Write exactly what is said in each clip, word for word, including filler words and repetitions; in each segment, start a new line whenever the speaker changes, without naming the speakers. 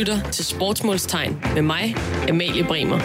lytter til Sportsmålstegn med mig, Amalie Bremer.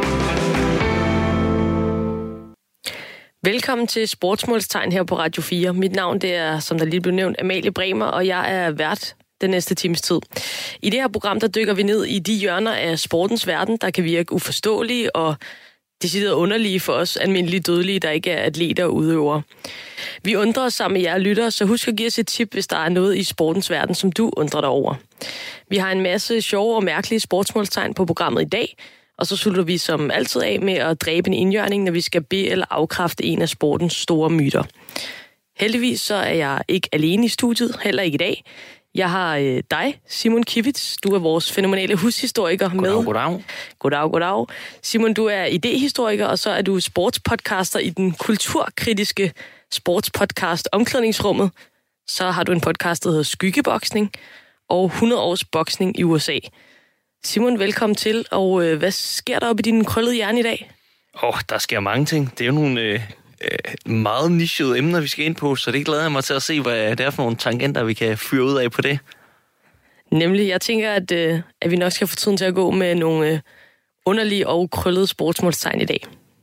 Velkommen til Sportsmålstegn her på Radio fire. Mit navn det er, som der lige blev nævnt, Amalie Bremer, og jeg er vært den næste times tid. I det her program, der dykker vi ned i de hjørner af sportens verden, der kan virke uforståelige og decideret underlige for os almindelige dødelige, der ikke er atleter og udøvere. Vi undrer os sammen med jer lyttere, så husk at give os et tip, hvis der er noget i sportens verden, som du undrer dig over. Vi har en masse sjove og mærkelige sportsmålstegn på programmet i dag, og så slutter vi som altid af med at dræbe en indjørning, når vi skal be- eller afkræfte en af sportens store myter. Heldigvis så er jeg ikke alene i studiet, heller ikke i dag. Jeg har øh, dig, Simon Kivitz. Du er vores fænomenale hushistoriker med.
Goddag, goddag.
Goddag, goddag. Simon, du er idehistoriker, og så er du sportspodcaster i den kulturkritiske sportspodcast Omklædningsrummet. Så har du en podcast, der hedder Skyggeboksning og hundrede års boksning i U S A. Simon, velkommen til, og øh, hvad sker der oppe i din krøllede hjerne i dag?
Åh, oh, der sker mange ting. Det er jo nogle øh, øh, meget nichede emner, vi skal ind på, så det glæder jeg mig til at se, hvad det er for nogle tangenter, vi kan fyre ud af på det.
Nemlig, jeg tænker, at, øh, at vi nok skal få tiden til at gå med nogle øh, underlige og krøllede sportsmålstegn i dag.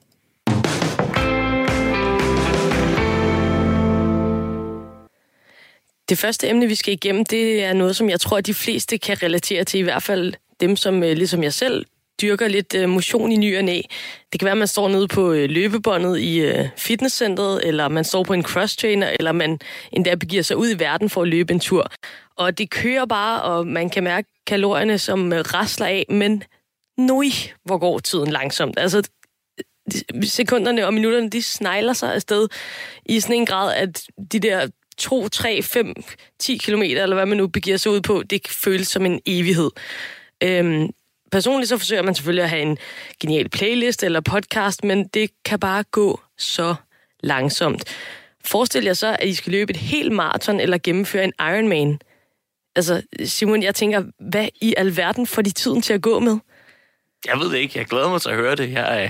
Det første emne, vi skal igennem, det er noget, som jeg tror, at de fleste kan relatere til, i hvert fald dem, som ligesom jeg selv dyrker lidt motion i ny og næ. Det kan være, at man står nede på løbebåndet i fitnesscenteret, eller man står på en crosstrainer, eller man endda begiver sig ud i verden for at løbe en tur. Og det kører bare, og man kan mærke kalorierne, som rasler af, men nøj, hvor går tiden langsomt. Altså, sekunderne og minutterne, de snegler sig afsted i sådan en grad, at de der to, tre, fem, ti kilometer, eller hvad man nu begiver sig ud på, det føles som en evighed. Øhm, personligt så forsøger man selvfølgelig at have en genial playlist eller podcast, men det kan bare gå så langsomt. Forestil jer så, at I skal løbe et helt maraton eller gennemføre en Ironman. Altså, Simon, jeg tænker, hvad i alverden får de tiden til at gå med?
Jeg ved det ikke. Jeg glæder mig til at høre det. Jeg,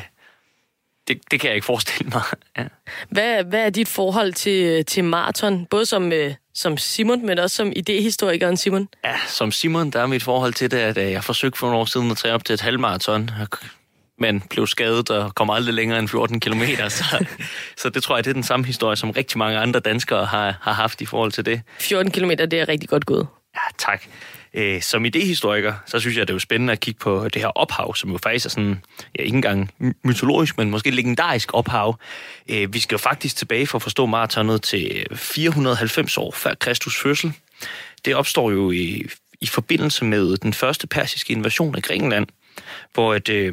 det, det kan jeg ikke forestille mig. Ja.
Hvad, hvad er dit forhold til, til maraton? Både som, øh, som Simon, men også som idehistorikeren Simon?
Ja, som Simon, der er mit forhold til det, at jeg forsøgte for nogle år siden at træne op til et halvmaraton, men blev skadet og kom aldrig længere end fjorten kilometer. Så, så det tror jeg, det er den samme historie, som rigtig mange andre danskere har, har haft i forhold til det.
fjorten kilometer, det er rigtig godt gået.
Ja, tak. Æ, som idehistoriker, så synes jeg, det er jo spændende at kigge på det her ophav, som jo faktisk er sådan, ja, ikke engang mytologisk, men måske legendarisk ophav. Æ, vi skal jo faktisk tilbage for at forstå maratonet til fire hundrede og halvfems år før Kristus fødsel. Det opstår jo i, i forbindelse med den første persiske invasion af Grækenland, hvor et, øh,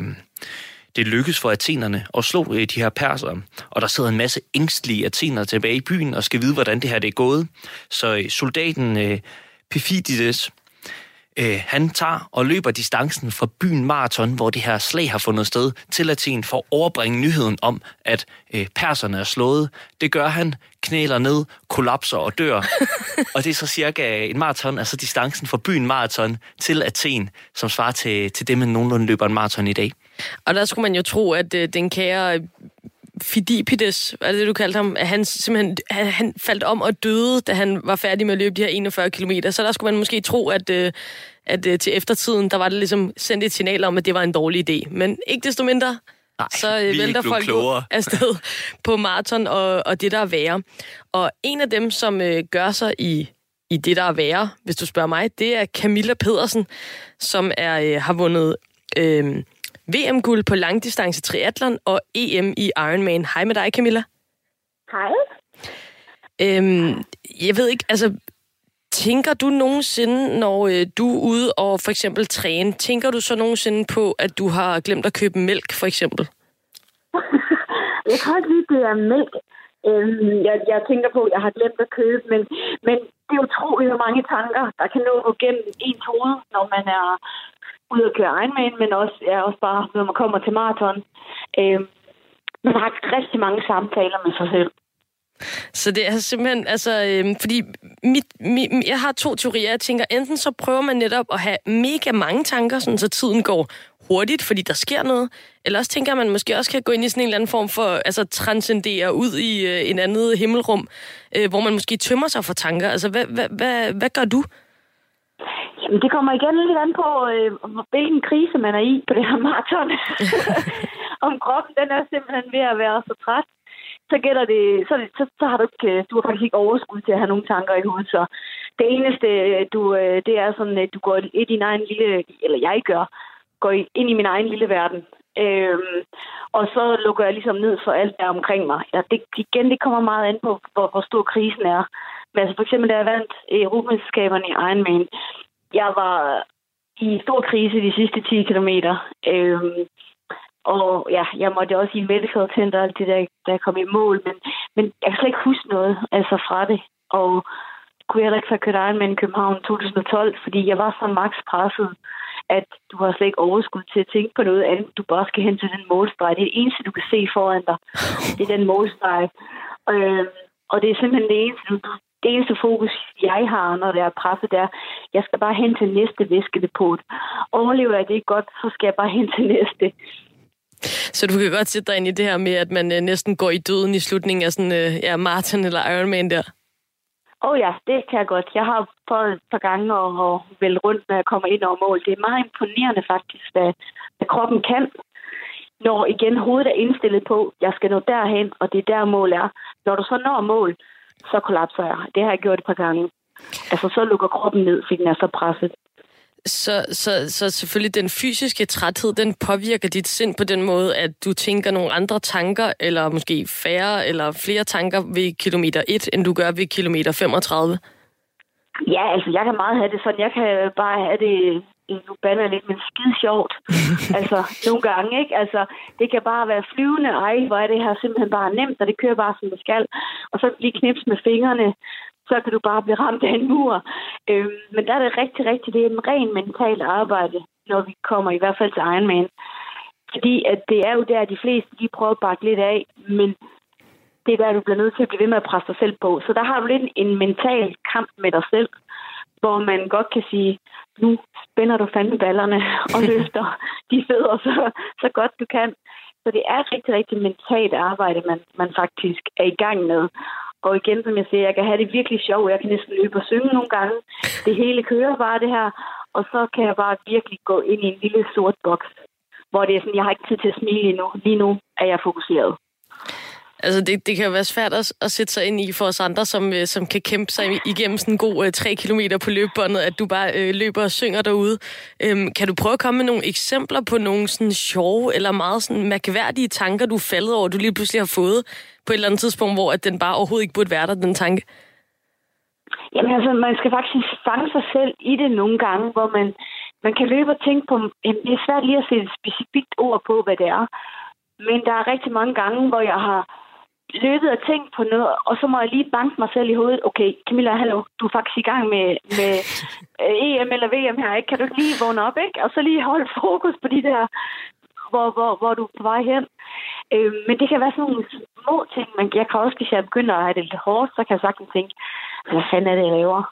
det lykkedes for athenerne at slå øh, de her persere, og der sidder en masse ængstlige athenere tilbage i byen og skal vide, hvordan det her det er gået. Så øh, soldaten øh, Perfidides, Øh, han tager og løber distancen fra byen Marathon, hvor det her slag har fundet sted, til Athen for at overbringe nyheden om, at øh, perserne er slået. Det gør han, knæler ned, kollapser og dør. Og det er så cirka en maraton, altså distancen fra byen Marathon til Athen, som svarer til, til det, man nogenlunde løber en maraton i dag.
Og der skulle man jo tro, at øh, den kære Fidipides, er det det, du kaldte ham, at han simpelthen han, han faldt om og døde, da han var færdig med at løbe de her enogfyrre kilometer. Så der skulle man måske tro, at, at, at til eftertiden, der var det ligesom sendt et signal om, at det var en dårlig idé. Men ikke desto mindre,
Nej,
så vælter folk afsted på maraton og, og det, der er værre. Og en af dem, som øh, gør sig i, i det, der er værre, hvis du spørger mig, det er Camilla Pedersen, som er, øh, har vundet Øh, V M-guld på langdistance triathlon og E M i Ironman. Hej med dig, Camilla.
Hej.
Øhm, jeg ved ikke, altså, tænker du nogensinde, når øh, du er ude og for eksempel træne, tænker du så nogensinde på, at du har glemt at købe mælk, for eksempel?
Jeg kan ikke lide, det er mælk. Øhm, jeg, jeg tænker på, at jeg har glemt at købe, men, men det er utroligt, hvor mange tanker, der kan nå gennem ens hoved, når man er ude at køre Ironman, men også, ja, også bare, når man kommer til maraton. Øhm, man har rigtig mange samtaler med sig selv.
Så det er simpelthen, altså, øhm, fordi mit, mit, jeg har to teorier. Jeg tænker, enten så prøver man netop at have mega mange tanker, sådan, så tiden går hurtigt, fordi der sker noget, eller også tænker man måske også kan gå ind i sådan en eller anden form for, altså transcendere ud i øh, en andet himmelrum, øh, hvor man måske tømmer sig for tanker. Altså, hvad, hvad, hvad, hvad gør du?
Jamen, det kommer igen lidt an på, øh, hvilken krise man er i på det her maraton. Om kroppen, den er simpelthen ved at være så træt. Så gælder det, så, så, så har du ikke, du har faktisk ikke overskud til at have nogle tanker i hovedet. Så det eneste, du, det er sådan, at du går ind i din egen lille, eller jeg gør, går ind i min egen lille verden. Øhm, og så lukker jeg ligesom ned for alt der omkring mig. Ja, det, igen, det kommer meget an på, hvor, hvor stor krisen er. Men altså for eksempel, da jeg vandt Europamesterskaberne i Ironman, jeg var i stor krise de sidste ti kilometer. Øhm, og ja, jeg måtte også i medical center og alt det der, da jeg kom i mål. Men, men jeg kan slet ikke huske noget altså fra det. Og kunne jeg heller ikke få kørt Ironman i København to tusind og tolv, fordi jeg var så max presset, at du har slet ikke overskud til at tænke på noget andet. Du bare skal hen til den målstreg. Det er det eneste, du kan se foran dig. Det er den målstreg. Øh, og det er simpelthen det eneste, du, det eneste fokus, jeg har, når det er presset, der. Jeg skal bare hen til næste væskedepot. Overlever jeg det ikke godt, så skal jeg bare hen til næste.
Så du kan godt sætte dig ind i det her med, at man øh, næsten går i døden i slutningen af sådan øh, ja, maraton eller Ironman der?
Åh oh ja, det kan jeg godt. Jeg har prøvet et par gange at vælge rundt, når jeg kommer ind over mål. Det er meget imponerende faktisk, hvad, hvad kroppen kan. Når igen hovedet er indstillet på, at jeg skal nå derhen, og det er der mål er. Når du så når mål, så kollapser jeg. Det har jeg gjort et par gange. Altså så lukker kroppen ned, fordi den er så presset.
Så, så, så selvfølgelig den fysiske træthed, den påvirker dit sind på den måde, at du tænker nogle andre tanker, eller måske færre eller flere tanker ved kilometer et, end du gør ved kilometer femogtredive?
Ja, altså jeg kan meget have det sådan. Jeg kan bare have det, nu bander lidt, men skide sjovt. Altså nogle gange, ikke? Altså det kan bare være flyvende. Ej, hvor er det her simpelthen bare nemt, og det kører bare som det skal. Og så lige knips med fingrene, så kan du bare blive ramt af en mur. Øhm, men der er det rigtig, rigtig, det er en ren mental arbejde, når vi kommer i hvert fald til Ironman. Fordi at det er jo der, de fleste, de prøver at bakke lidt af, men det er der, du bliver nødt til at blive ved med at presse dig selv på. Så der har du lidt en mental kamp med dig selv, hvor man godt kan sige, nu spænder du fandme ballerne og løfter de fødder så, så godt du kan. Så det er rigtig, rigtig mentalt arbejde, man, man faktisk er i gang med. Og igen, som jeg siger, jeg kan have det virkelig sjovt. Jeg kan næsten løbe og synge nogle gange. Det hele kører bare det her. Og så kan jeg bare virkelig gå ind i en lille sort boks, hvor det er sådan, jeg har ikke tid til at smile endnu. Lige nu er jeg fokuseret.
Altså, det, det kan jo være svært at, at sætte sig ind i for os andre, som, som kan kæmpe sig igennem sådan en god uh, tre kilometer på løbebåndet, at du bare uh, løber og synger derude. Um, kan du prøve at komme med nogle eksempler på nogle sådan sjove eller meget sådan mærkværdige tanker, du er faldet over, du lige pludselig har fået på et eller andet tidspunkt, hvor at den bare overhovedet ikke burde være der, den tanke?
Jamen altså, man skal faktisk fange sig selv i det nogle gange, hvor man, man kan løbe og tænke på, jamen, det er svært lige at sætte et specifikt ord på, hvad det er. Men der er rigtig mange gange, hvor jeg har løbet og tænkt på noget, og så må jeg lige banke mig selv i hovedet. Okay, Camilla, hallo, du er faktisk i gang med, med E M eller V M her, ikke? Kan du ikke lige vågne op, ikke? Og så lige holde fokus på de der, hvor, hvor, hvor du er på vej hen. Øh, men det kan være sådan nogle små ting. Men jeg kan også, hvis jeg begynder at have det lidt hårdt, så kan jeg sagtens tænke, hvad fanden er det, jeg laver?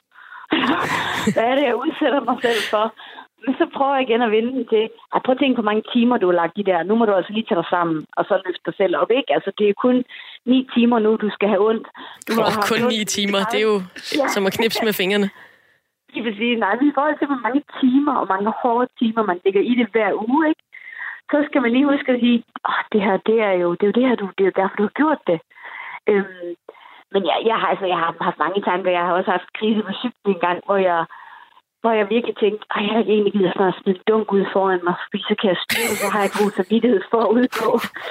Hvad er det, jeg udsætter mig selv for? Men så prøver jeg igen at vende den til, at prøv at tænke på, hvor mange timer du har lagt i der. Nu må du altså lige tage dig sammen, og så løfte dig selv op, ikke? Altså, det er kun ni timer nu, du skal have ondt. Du
oh, har kun ni timer, det er jo ja. Som at knipse med fingrene.
Jeg vil sige, nej, vi får altså hvor mange timer, og mange hårde timer, man lægger i det hver uge, ikke? Så skal man lige huske at sige, åh, oh, det her, det er jo, det er jo det her, du, det er jo derfor, du har gjort det. Øhm, men jeg, jeg, har, altså, jeg har haft mange tanker. Jeg har også haft krise på cyklen en gang, hvor jeg hvor jeg virkelig tænkte, at jeg ikke egentlig gider sådan at smide dunk ud foran mig, fordi så kan jeg styre, så har jeg god samvittighed for at udgå.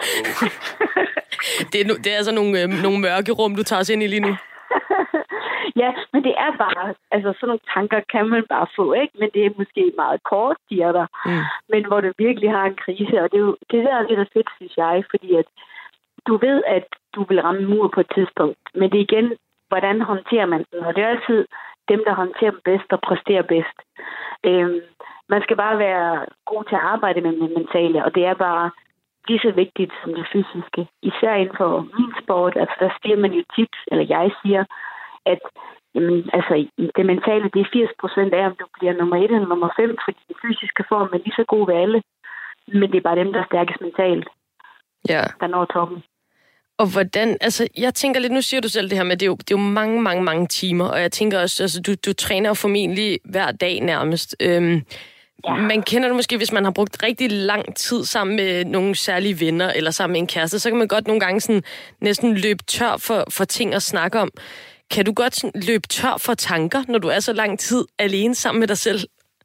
det, er, det er altså nogle, øh, nogle mørke rum, du tager os ind i lige nu.
Ja, men det er bare, altså sådan nogle tanker kan man bare få, ikke? Men det er måske meget kort, siger der. Mm. Men hvor du virkelig har en krise, og det er jo det der er lidt fedt, synes jeg, fordi at du ved, at du vil ramme mur på et tidspunkt. Men det er igen, hvordan håndterer man den? Og det er altid dem, der håndterer dem bedst og præsterer bedst. Øhm, man skal bare være god til at arbejde med det mentale, og det er bare lige så vigtigt som det fysiske. Især inden for min sport, altså der siger man jo tit, eller jeg siger, at jamen, altså, det mentale, det er firs procent af, om du bliver nummer et eller nummer fem, fordi den fysiske form er lige så god ved alle. Men det er bare dem, der er stærkest mentalt,
ja.
Der når toppen.
Og hvordan, altså jeg tænker lidt, nu siger du selv det her med, det er jo, det er jo mange, mange, mange timer, og jeg tænker også, altså du, du træner jo formentlig hver dag nærmest. Øhm, ja. Man kender det måske, hvis man har brugt rigtig lang tid sammen med nogle særlige venner, eller sammen med en kæreste, så kan man godt nogle gange sådan, næsten løbe tør for, for ting at snakke om. Kan du godt sådan, løbe tør for tanker, når du er så lang tid alene sammen med dig selv?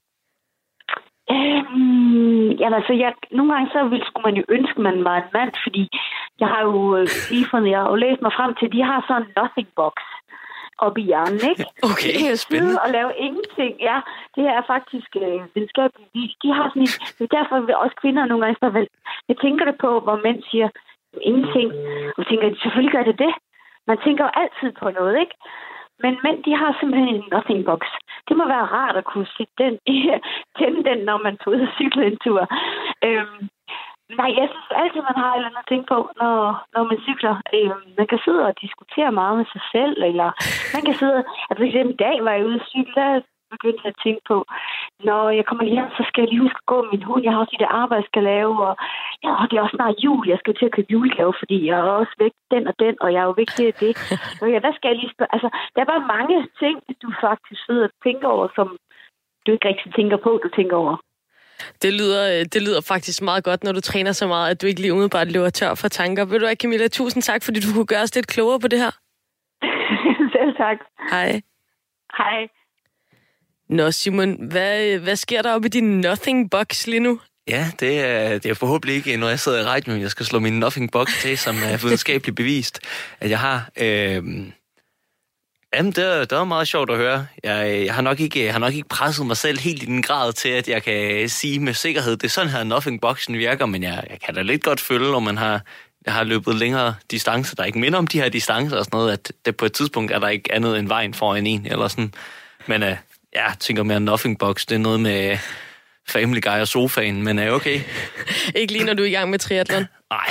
Øhm, jamen altså, jeg, nogle gange så ville, skulle man jo ønske, man var en mand, fordi jeg har jo øh, lige fundet, jeg har jo læst mig frem til, de har sådan en nothing box oppe i hjernen, ikke?
Okay,
de kan jo
spændende.
og lave ingenting. Ja, det er faktisk øh, videnskabeligt. De, de har sådan en, det er derfor vil også kvinder nogle gange står vel. Jeg tænker det på, hvor mænd siger ingenting. Og jeg tænker, selvfølgelig gør det det. Man tænker jo altid på noget, ikke? Men mænd, de har simpelthen en nothing box. Det må være rart at kunne sætte den, tænde den, når man tager ud og cykle en tur. Øhm, nej, jeg synes altid, man har et eller andet at tænke på, når, når man cykler. Øhm, man kan sidde og diskutere meget med sig selv, eller man kan sidde... Altså, for eksempel i dag var jeg ude at cykle, der begyndte jeg at tænke på, når jeg kommer hjem, så skal jeg lige huske at gå med min hund. Jeg har også i det arbejde, jeg skal lave, og ja, det er også snart jul. Jeg skal til at købe julegave, fordi jeg er også væk den og den, og jeg er jo væk det og det. Så ja, hvad skal jeg lige spørge? Altså, der er bare mange ting, du faktisk sidder og tænker over, som du ikke rigtig tænker på, du tænker over.
Det lyder, det lyder faktisk meget godt, når du træner så meget, at du ikke lige umiddelbart løber tør for tanker. Ved du hvad, Camilla, tusind tak, fordi du kunne gøre os lidt klogere på det her.
Selv tak.
Hej.
Hej.
Nå, Simon, hvad, hvad sker der oppe i din nothing box lige nu?
Ja, det er, det er forhåbentlig ikke, når jeg sidder i radioen, jeg skal slå min nothing box til, som er videnskabeligt bevist, at jeg har. Øh, jamen, det er, det er meget sjovt at høre. Jeg, jeg, har nok ikke, jeg har nok ikke presset mig selv helt i den grad til, at jeg kan sige med sikkerhed, det er sådan her nothing boxen virker, men jeg, jeg kan da lidt godt føle, når man har, jeg har løbet længere distancer, der ikke minder om de her distancer og sådan noget, at det på et tidspunkt er der ikke andet end vejen foran en, eller sådan. Men øh, jeg tænker mere nothing box, det er noget med Family Guy og sofaen, men er okay.
Ikke lige når du er i gang med triathlon?
Nej.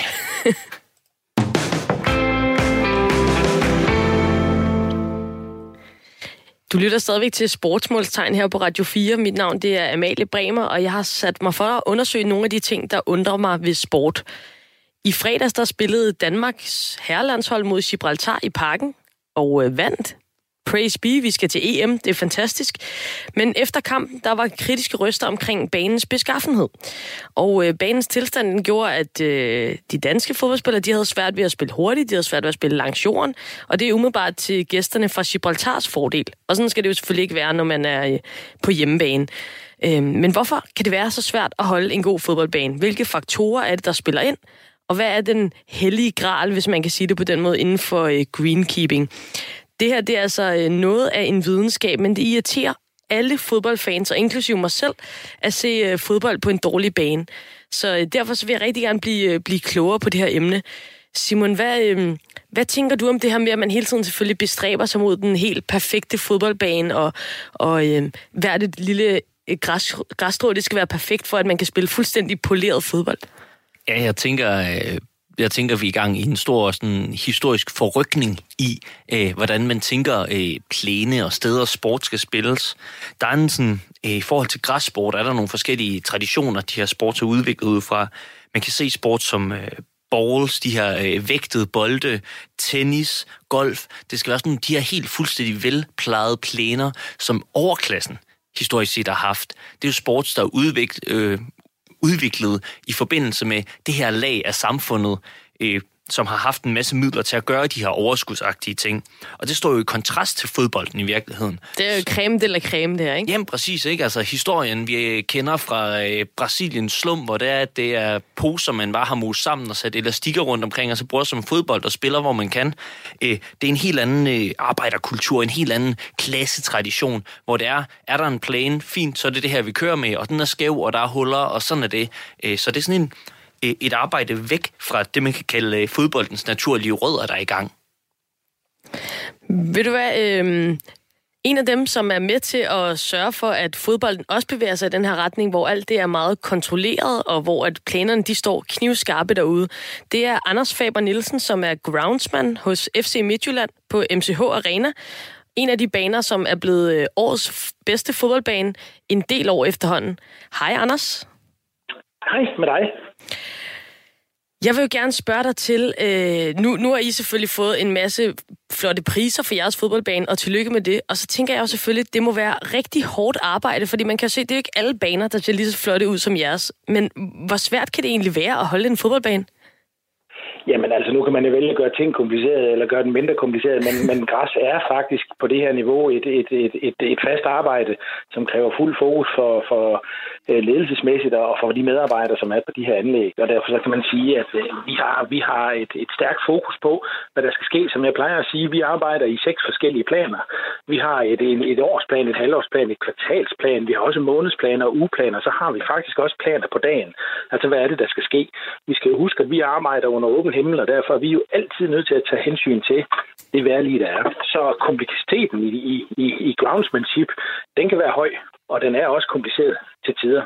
Du lytter stadigvæk til Sportsmålstegn her på Radio fire. Mit navn det er Amalie Bremer, og jeg har sat mig for at undersøge nogle af de ting, der undrer mig ved sport. I fredags der spillede Danmarks herrelandshold mod Gibraltar i Parken og øh, vandt. Praise be, vi skal til E M, det er fantastisk. Men efter kampen, der var kritiske røster omkring banens beskaffenhed. Og øh, banens tilstand den gjorde, at øh, de danske fodboldspillere, de havde svært ved at spille hurtigt, de havde svært ved at spille langs jorden, og det er umiddelbart til gæsterne fra Gibraltars fordel. Og sådan skal det jo selvfølgelig ikke være, når man er øh, på hjemmebane. Øh, men hvorfor kan det være så svært at holde en god fodboldbane? Hvilke faktorer er det, der spiller ind? Og hvad er den hellige gral, hvis man kan sige det på den måde, inden for øh, greenkeeping? Det her det er altså noget af en videnskab, men det irriterer alle fodboldfans, og inklusive mig selv, at se fodbold på en dårlig bane. Så derfor så vil jeg rigtig gerne blive, blive klogere på det her emne. Simon, hvad, hvad tænker du om det her med, at man hele tiden selvfølgelig bestræber sig mod den helt perfekte fodboldbane, og, og øh, hvert et lille græs, græsstrå, det skal være perfekt for, at man kan spille fuldstændig poleret fodbold?
Ja, jeg tænker... Øh Jeg tænker, vi er i gang i en stor sådan, historisk forrykning i, øh, hvordan man tænker, øh, plæne og steder sport skal spilles. Der er en sådan, øh, i forhold til græssport, er der nogle forskellige traditioner, de her sport er udviklet ud fra. Man kan se sport som øh, balls, de her øh, vægtede bolde, tennis, golf. Det skal være sådan de her helt fuldstændig velplejede plæner, som overklassen historisk set har haft. Det er jo sports, der er udviklet... Øh, udviklet i forbindelse med det her lag af samfundet, øh, som har haft en masse midler til at gøre de her overskudsagtige ting. Og det står jo i kontrast til fodbolden i virkeligheden.
Det er jo creme de la creme, det her, ikke?
Jamen præcis, ikke? Altså historien, vi kender fra øh, Brasiliens slum, hvor det er, at det er poser, man bare har moset sammen og sat elastikker rundt omkring, og så bruger som fodbold og spiller, hvor man kan. Øh, det er en helt anden øh, arbejderkultur, en helt anden klassetradition, hvor det er, er der en plane, fint, så er det det her, vi kører med, og den er skæv, og der er huller, og sådan er det. Øh, så det er sådan en et arbejde væk fra det, man kan kalde fodboldens naturlige rødder, der er i gang.
Ved du hvad, øh, en af dem, som er med til at sørge for, at fodbolden også bevæger sig i den her retning, hvor alt det er meget kontrolleret, og hvor at planerne de står knivskarpe derude, det er Anders Faber Nielsen, som er groundsman hos F C Midtjylland på M C H Arena. En af de baner, som er blevet årets bedste fodboldbane en del år efterhånden. Hej, Anders.
Hej med dig.
Jeg vil jo gerne spørge dig til, øh, nu, nu har I selvfølgelig fået en masse flotte priser for jeres fodboldbane, og tillykke med det. Og så tænker jeg jo selvfølgelig, at det må være rigtig hårdt arbejde, fordi man kan jo se, det er jo ikke alle baner, der ser lige så flotte ud som jeres. Men hvor svært kan det egentlig være at holde en fodboldbane?
Jamen altså, nu kan man jo vælge at gøre ting kompliceret, eller gøre den mindre kompliceret, men, men græs er faktisk på det her niveau et, et, et, et, et fast arbejde, som kræver fuld fokus for, for ledelsesmæssigt og for de medarbejdere, som er på de her anlæg. Og derfor så kan man sige, at vi har, vi har et, et stærkt fokus på, hvad der skal ske. Som jeg plejer at sige, vi arbejder i seks forskellige planer. Vi har et, et, et årsplan, et halvårsplan, et kvartalsplan, vi har også månedsplaner og ugeplaner, så har vi faktisk også planer på dagen. Altså, hvad er det, der skal ske? Vi skal jo huske, at vi arbejder under åben himmel, og derfor er vi jo altid nødt til at tage hensyn til det vejrlige, der er. Så kompleksiteten i, i, i, i groundsmanship, den kan være høj, og den er også kompliceret til tider.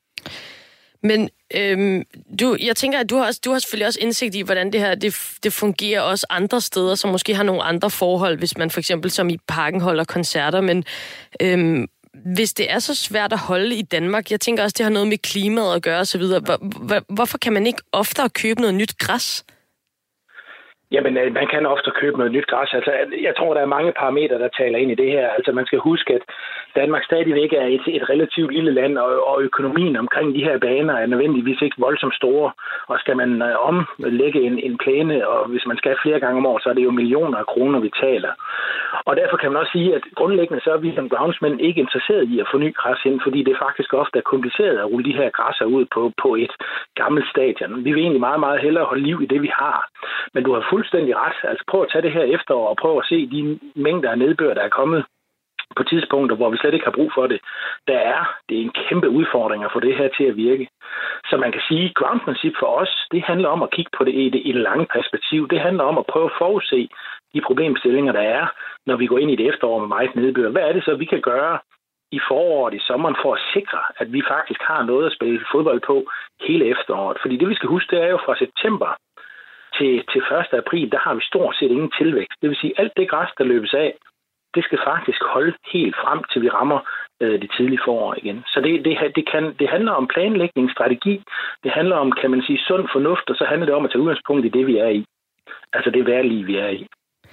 Men øhm, du, jeg tænker, at du har, også, du har selvfølgelig også indsigt i, hvordan det her det, det fungerer også andre steder, som måske har nogle andre forhold, hvis man for eksempel som i Parken holder koncerter, men øhm, hvis det er så svært at holde i Danmark, jeg tænker også, det har noget med klimaet at gøre osv., hvor, hvor, hvorfor kan man ikke oftere købe noget nyt græs?
Jamen, man kan ofte købe noget nyt græs. Altså, jeg tror, der er mange parametre, der taler ind i det her. Altså, man skal huske, at Danmark stadigvæk er et, et relativt lille land, og, og økonomien omkring de her baner er nødvendigvis ikke voldsomt store. Og skal man øh, omlægge en, en plæne, og hvis man skal flere gange om året, så er det jo millioner af kroner, vi taler. Og derfor kan man også sige, at grundlæggende så er vi som groundsmen ikke interesseret i at få ny græs ind, fordi det faktisk ofte er kompliceret at rulle de her græsser ud på, på et gammelt stadion. Vi vil egentlig meget, meget hellere holde liv i det, vi har. Men du har fuldstændig ret. Altså prøv at tage det her efterår og prøv at se de mængder af nedbør, der er kommet på tidspunkter, hvor vi slet ikke har brug for det. Der er, det er en kæmpe udfordring at få det her til at virke. Så man kan sige, at groundsmanship for os, det handler om at kigge på det i det, i det lange perspektiv. Det handler om at prøve at forudse de problemstillinger, der er, når vi går ind i det efterår med meget nedbør. Hvad er det så, vi kan gøre i foråret, i sommeren, for at sikre, at vi faktisk har noget at spille fodbold på hele efteråret? Fordi det, vi skal huske, det er jo fra september til, til første april, der har vi stort set ingen tilvækst. Det vil sige, alt det græs, der løbes af, det skal faktisk holde helt frem, til vi rammer øh, det tidlige forår igen. Så det, det, det, kan, det handler om planlægning, strategi, det handler om, kan man sige, sund fornuft, og så handler det om at tage udgangspunkt i det, vi er i. Altså det vejrlige, vi er i.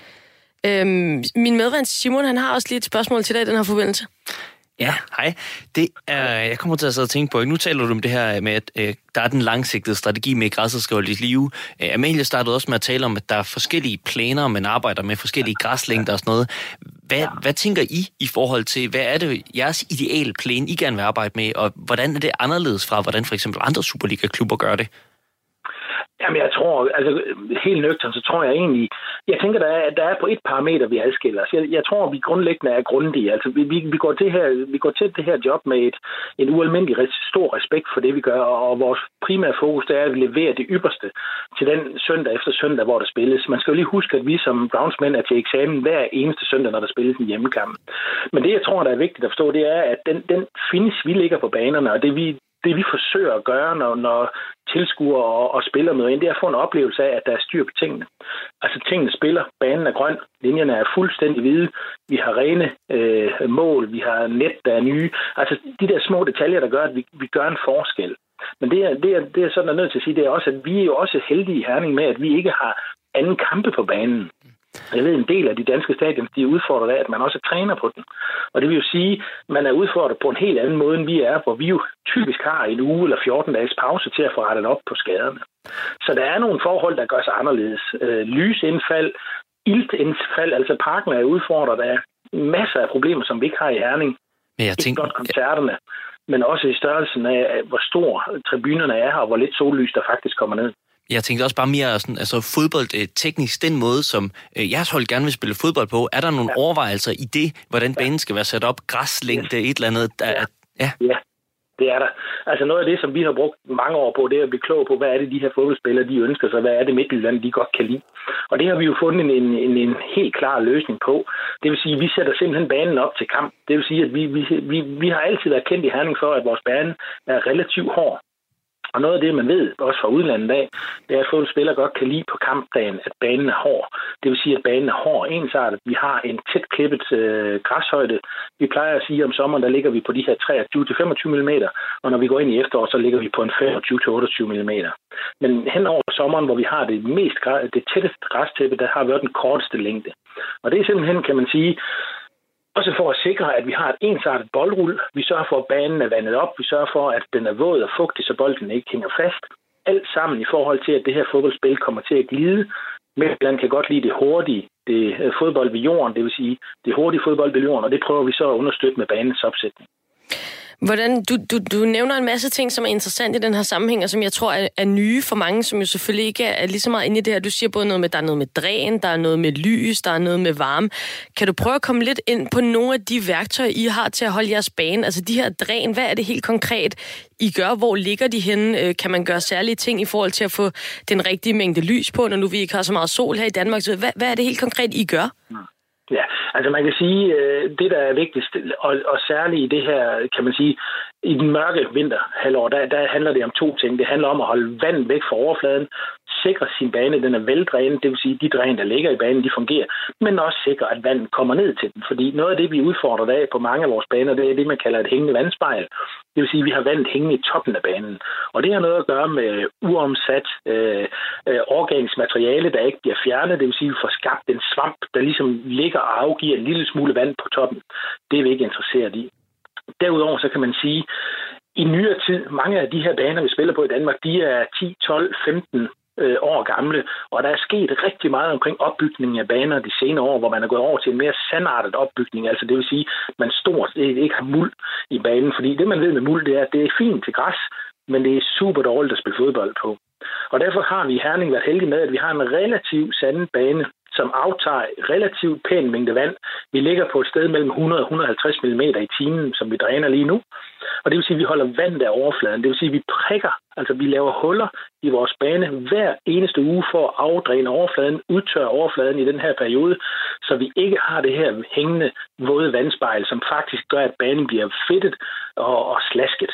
Øhm, min medven Simon, han har også lige et spørgsmål til dig i den her forbindelse.
Ja, hej. Det er, jeg kommer til at sidde og tænke på, nu taler du om det her med, at øh, der er den langsigtede strategi med græsset skal holde i live. Øh, Amalie startede også med at tale om, at der er forskellige planer, man arbejder med, forskellige græslængder og sådan noget. Hvad, ja. hvad tænker I i forhold til, hvad er det jeres ideale plan, I gerne vil arbejde med, og hvordan er det anderledes fra, hvordan for eksempel andre Superliga-klubber gør det?
Jamen, jeg tror, altså helt nøgtern, så tror jeg egentlig, jeg tænker, der er, der er på et parameter, vi adskiller os. Jeg, jeg tror, vi grundlæggende er grundige. Altså, vi, vi, vi, går til her, vi går til det her job med et, en ualmindelig stor respekt for det, vi gør, og vores primære fokus, det er at levere det ypperste til den søndag efter søndag, hvor der spilles. Man skal jo lige huske, at vi som groundsmen er til eksamen hver eneste søndag, når der spilles en hjemmekamp. Men det, jeg tror, der er vigtigt at forstå, det er, at den, den finish, vi ligger på banerne, og det vi Det vi forsøger at gøre, når, når tilskuere og, og spillere møder ind, det er at få en oplevelse af, at der er styr på tingene. Altså tingene spiller, banen er grøn, linjerne er fuldstændig hvide, vi har rene øh, mål, vi har net, der er nye. Altså de der små detaljer, der gør, at vi, vi gør en forskel. Men det er, det, er, det er sådan, jeg er nødt til at sige, det er også, at vi er jo også heldige i Herning med, at vi ikke har anden kampe på banen. Jeg ved, en del af de danske stadions, de er udfordret af, at man også træner på den. Og det vil jo sige, at man er udfordret på en helt anden måde, end vi er, hvor vi jo typisk har en uge eller fjorten dages pause til at få rettet op på skaderne. Så der er nogle forhold, der gør sig anderledes. Øh, lysindfald, iltindfald, altså Parken er udfordret af masser af problemer, som vi ikke har i Herning.
Men jeg tænker,
ikke blot koncerterne, men også i størrelsen af, hvor stor tribunerne er her, og hvor lidt sollys der faktisk kommer ned.
Jeg tænkte også bare mere sådan, altså fodboldteknisk, den måde, som øh, jeres hold gerne vil spille fodbold på. Er der nogle ja. overvejelser i det, hvordan banen skal være sat op? Græslængde, et eller andet? Der,
ja.
ja.
ja, det er der. Altså noget af det, som vi har brugt mange år på, det er at blive klog på, hvad er det, de her fodboldspillere, de ønsker sig? Hvad er det Midtjylland, de godt kan lide? Og det har vi jo fundet en, en, en helt klar løsning på. Det vil sige, at vi sætter simpelthen banen op til kamp. Det vil sige, at vi, vi, vi, vi har altid været kendt i Herning for, at vores bane er relativt hård. Og noget af det, man ved, også fra udlandet af, det er, at fodboldspillere godt kan lide på kampdagen, at banen er hård. Det vil sige, at banen er hård ensartet. Vi har en tæt klippet øh, græshøjde. Vi plejer at sige, at om sommeren, der ligger vi på de her treogtyve til femogtyve millimeter, og når vi går ind i efterår, så ligger vi på en femogtyve til otteogtyve millimeter. Men hen over sommeren, hvor vi har det mest det tætteste græstæppe, der har været den korteste længde. Og det er simpelthen, kan man sige, også for at sikre, at vi har et ensartet boldrul. Vi sørger for, at banen er vandet op. Vi sørger for, at den er våd og fugtig, så bolden ikke hænger fast. Alt sammen i forhold til, at det her fodboldspil kommer til at glide. Midtjylland kan godt lide det hurtige det fodbold ved jorden, det vil sige det hurtige fodbold ved jorden, og det prøver vi så at understøtte med banens opsætning.
Hvordan, du, du, du nævner en masse ting, som er interessant i den her sammenhæng, og som jeg tror er, er nye for mange, som jo selvfølgelig ikke er, er lige så meget inde i det her. Du siger både noget med, der er noget med dræn, der er noget med lys, der er noget med varme. Kan du prøve at komme lidt ind på nogle af de værktøjer, I har til at holde jeres bane? Altså de her dræn, hvad er det helt konkret, I gør? Hvor ligger de henne? Kan man gøre særlige ting i forhold til at få den rigtige mængde lys på, når nu vi ikke har så meget sol her i Danmark? Hvad, hvad er det helt konkret, I gør?
Ja, altså man kan sige, det der er vigtigst, og, og særligt i det her, kan man sige, i den mørke vinterhalvår, der, der handler det om to ting. Det handler om at holde vand væk fra overfladen, sikre sin bane, den er veldrænet, det vil sige, de dræn, der ligger i banen, de fungerer, men også sikre, at vandet kommer ned til den. Fordi noget af det, vi udfordrer af på mange af vores baner, det er det, man kalder et hængende vandspejl. Det vil sige, at vi har vandet hængende i toppen af banen. Og det har noget at gøre med uomsat øh, øh, organisk materiale, der ikke bliver fjernet. Det vil sige, at vi får skabt en svamp, der ligesom ligger og afgiver en lille smule vand på toppen. Det er vi ikke interesseret i. Derudover så kan man sige, i nyere tid, mange af de her baner, vi spiller på i Danmark, de er ti, tolv, femten år gamle, og der er sket rigtig meget omkring opbygningen af baner de senere år, hvor man er gået over til en mere sandartet opbygning, altså det vil sige, at man stort ikke har muld i banen, fordi det man ved med muld, det er, at det er fint til græs, men det er super dårligt at spille fodbold på. Og derfor har vi i Herning været heldige med, at vi har en relativt sandet bane, som aftager relativt pæn mængde vand. Vi ligger på et sted mellem hundrede og hundrede og halvtreds millimeter i timen, som vi dræner lige nu. Og det vil sige, at vi holder vandet af overfladen. Det vil sige, at vi prikker, altså vi laver huller i vores bane hver eneste uge for at afdræne overfladen, udtørre overfladen i den her periode, så vi ikke har det her hængende våde vandspejl, som faktisk gør, at banen bliver fedtet og, og slasket.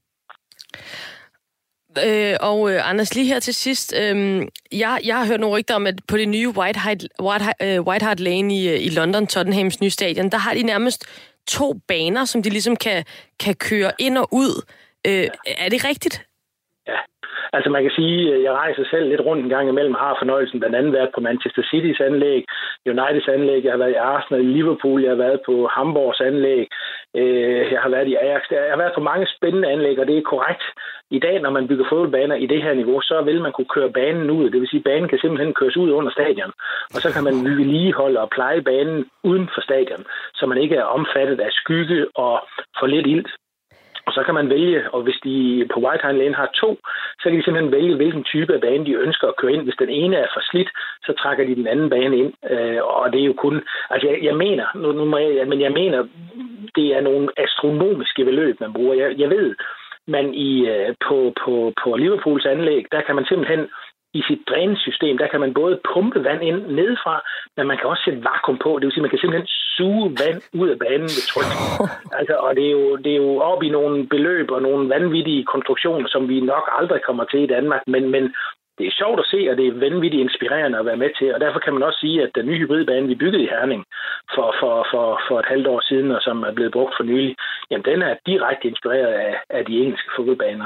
Øh, og øh, Anders, lige her til sidst. Øh, jeg, jeg har hørt nogle rygter om, at på det nye White Hart, White, uh, White Hart Lane i, i London, Tottenhams nye stadion, der har de nærmest to baner, som de ligesom kan, kan køre ind og ud. Øh, er det rigtigt?
Ja, altså man kan sige, at jeg rejser selv lidt rundt en gang imellem, har fornøjelsen blandt andet været på Manchester City's anlæg, Uniteds anlæg, jeg har været i Arsenal, i Liverpool, jeg har været på Hamburgs anlæg, jeg har været i Ajax, jeg har været på mange spændende anlæg, og det er korrekt. I dag, når man bygger fodboldbaner i det her niveau, så vil man kunne køre banen ud. Det vil sige, at banen kan simpelthen køres ud under stadion. Og så kan man vedligeholde og pleje banen uden for stadion, så man ikke er omfattet af skygge og for lidt ilt. Og så kan man vælge, og hvis de på White Hart Lane har to, så kan de simpelthen vælge, hvilken type af bane de ønsker at køre ind. Hvis den ene er for slidt, så trækker de den anden bane ind. Og det er jo kun, altså jeg, jeg mener, nu, nu må jeg, men jeg mener, det er nogle astronomiske beløb, man bruger. Jeg, jeg ved, men i, på, på, på Liverpools anlæg, der kan man simpelthen i sit dræningssystem, der kan man både pumpe vand ind nedefra, men man kan også sætte vakuum på. Det vil sige, man kan simpelthen suge vand ud af banen ved tryk. Altså, og det er, jo, det er jo op i nogle beløb og nogle vanvittige konstruktioner, som vi nok aldrig kommer til i Danmark, men, men det er sjovt at se, og det er vanvittigt inspirerende at være med til, og derfor kan man også sige, at den nye hybridbane, vi byggede i Herning for, for, for, for et halvt år siden, og som er blevet brugt for nylig, jamen den er direkte inspireret af, af de engelske fodboldbaner,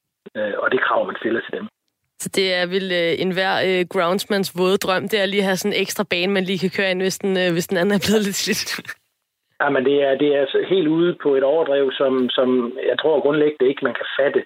og det krav, man stiller til dem.
Så det er vel øh, enhver øh, groundsmans våde drøm, det er lige at have sådan en ekstra bane, man lige kan køre ind, hvis den, øh, hvis den anden er blevet lidt slidt.
Ja, men det er, det er helt ude på et overdrev, som, som jeg tror grundlæggende ikke, man kan fatte.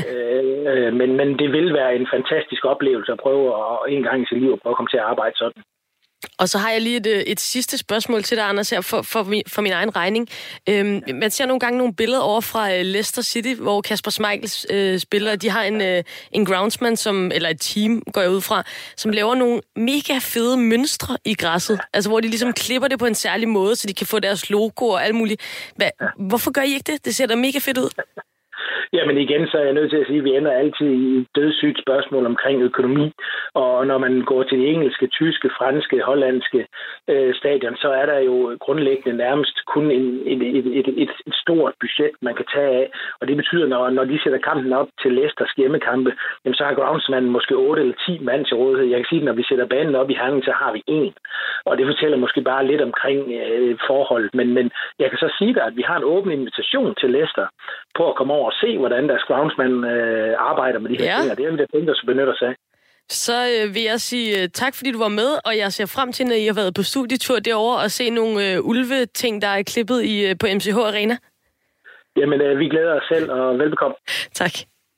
øh, men, men det vil være en fantastisk oplevelse at prøve at en gang i sit liv at prøve at komme til at arbejde sådan.
Og så har jeg lige et, et sidste spørgsmål til dig, Anders, her for, for, min, for min egen regning. Øhm, man ser nogle gange nogle billeder over fra uh, Leicester City, hvor Kasper Schmeichels øh, spiller. De har en, øh, en groundsman, som, eller et team, går jeg ud fra, som laver nogle mega fede mønstre i græsset. Altså hvor de ligesom klipper det på en særlig måde, så de kan få deres logo og alt muligt. Hva, hvorfor gør I ikke det? Det ser da mega fedt ud.
Jamen igen, så er jeg nødt til at sige, at vi ender altid i et dødssygt spørgsmål omkring økonomi. Og når man går til de engelske, tyske, franske, hollandske øh, stadion, så er der jo grundlæggende nærmest kun en, et, et, et, et, et stort budget, man kan tage af. Og det betyder, når, når de sætter kampen op til Leicesters hjemmekampe, jamen, så har groundsmanden måske otte eller ti mand til rådighed. Jeg kan sige, at når vi sætter banen op i Herning, så har vi en. Og det fortæller måske bare lidt omkring øh, forholdet. Men, men jeg kan så sige dig, at vi har en åben invitation til Leicester på at komme over og se, hvordan deres groundsman øh, arbejder med de her ja. ting. Og det er vi der tænker, at benytter sig af.
Så øh, vil jeg sige øh, tak, fordi du var med, og jeg ser frem til, når I har været på studietur derovre og se nogle øh, ulve-ting, der er klippet i, øh, på M C H Arena.
Jamen, øh, vi glæder os selv, og velbekomme.
Tak.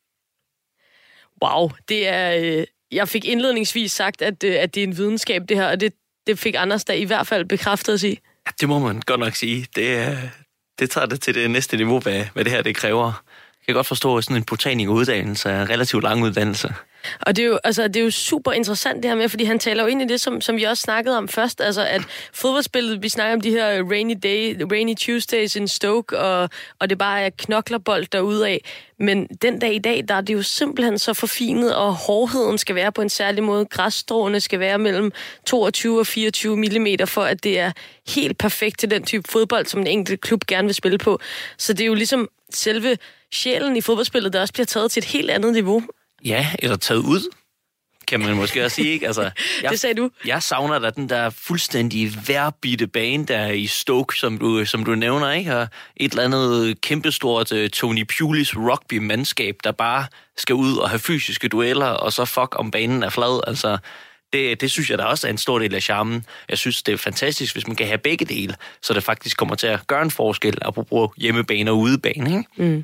Wow, det er... Øh, jeg fik indledningsvis sagt, at, øh, at det er en videnskab, det her, og det, det fik Anders da i hvert fald bekræftet at sige.
Ja, det må man godt nok sige. Det, det tager det til det næste niveau, hvad, hvad det her det kræver. Jeg kan godt forstå, at sådan en botanikeruddannelse er en relativt lang uddannelse.
Og det er, jo, altså, det er jo super interessant det her med, fordi han taler jo ind i det, som, som vi også snakkede om først, altså at fodboldspillet, vi snakker om de her rainy day, rainy Tuesdays in Stoke, og, og det bare er knoklerbold derudaf. Men den dag i dag, der er det jo simpelthen så forfinet, og hårdheden skal være på en særlig måde. Græsstråene skal være mellem toogtyve og fireogtyve millimeter, for at det er helt perfekt til den type fodbold, som en enkelt klub gerne vil spille på. Så det er jo ligesom selve sjælen i fodboldspillet, der også bliver taget til et helt andet niveau.
Ja, eller taget ud, kan man måske også sige, ikke? Altså, jeg,
det sagde du.
Jeg savner da den der fuldstændig vejrbitte bane der i Stoke, som du, som du nævner, ikke? Og et eller andet kæmpestort uh, Tony Pulis rugby-mandskab, der bare skal ud og have fysiske dueller, og så fuck om banen er flad. Altså, det, det synes jeg da også er en stor del af charmen. Jeg synes, det er fantastisk, hvis man kan have begge dele, så det faktisk kommer til at gøre en forskel, apropos hjemmebane og udebane, ikke?
Mm.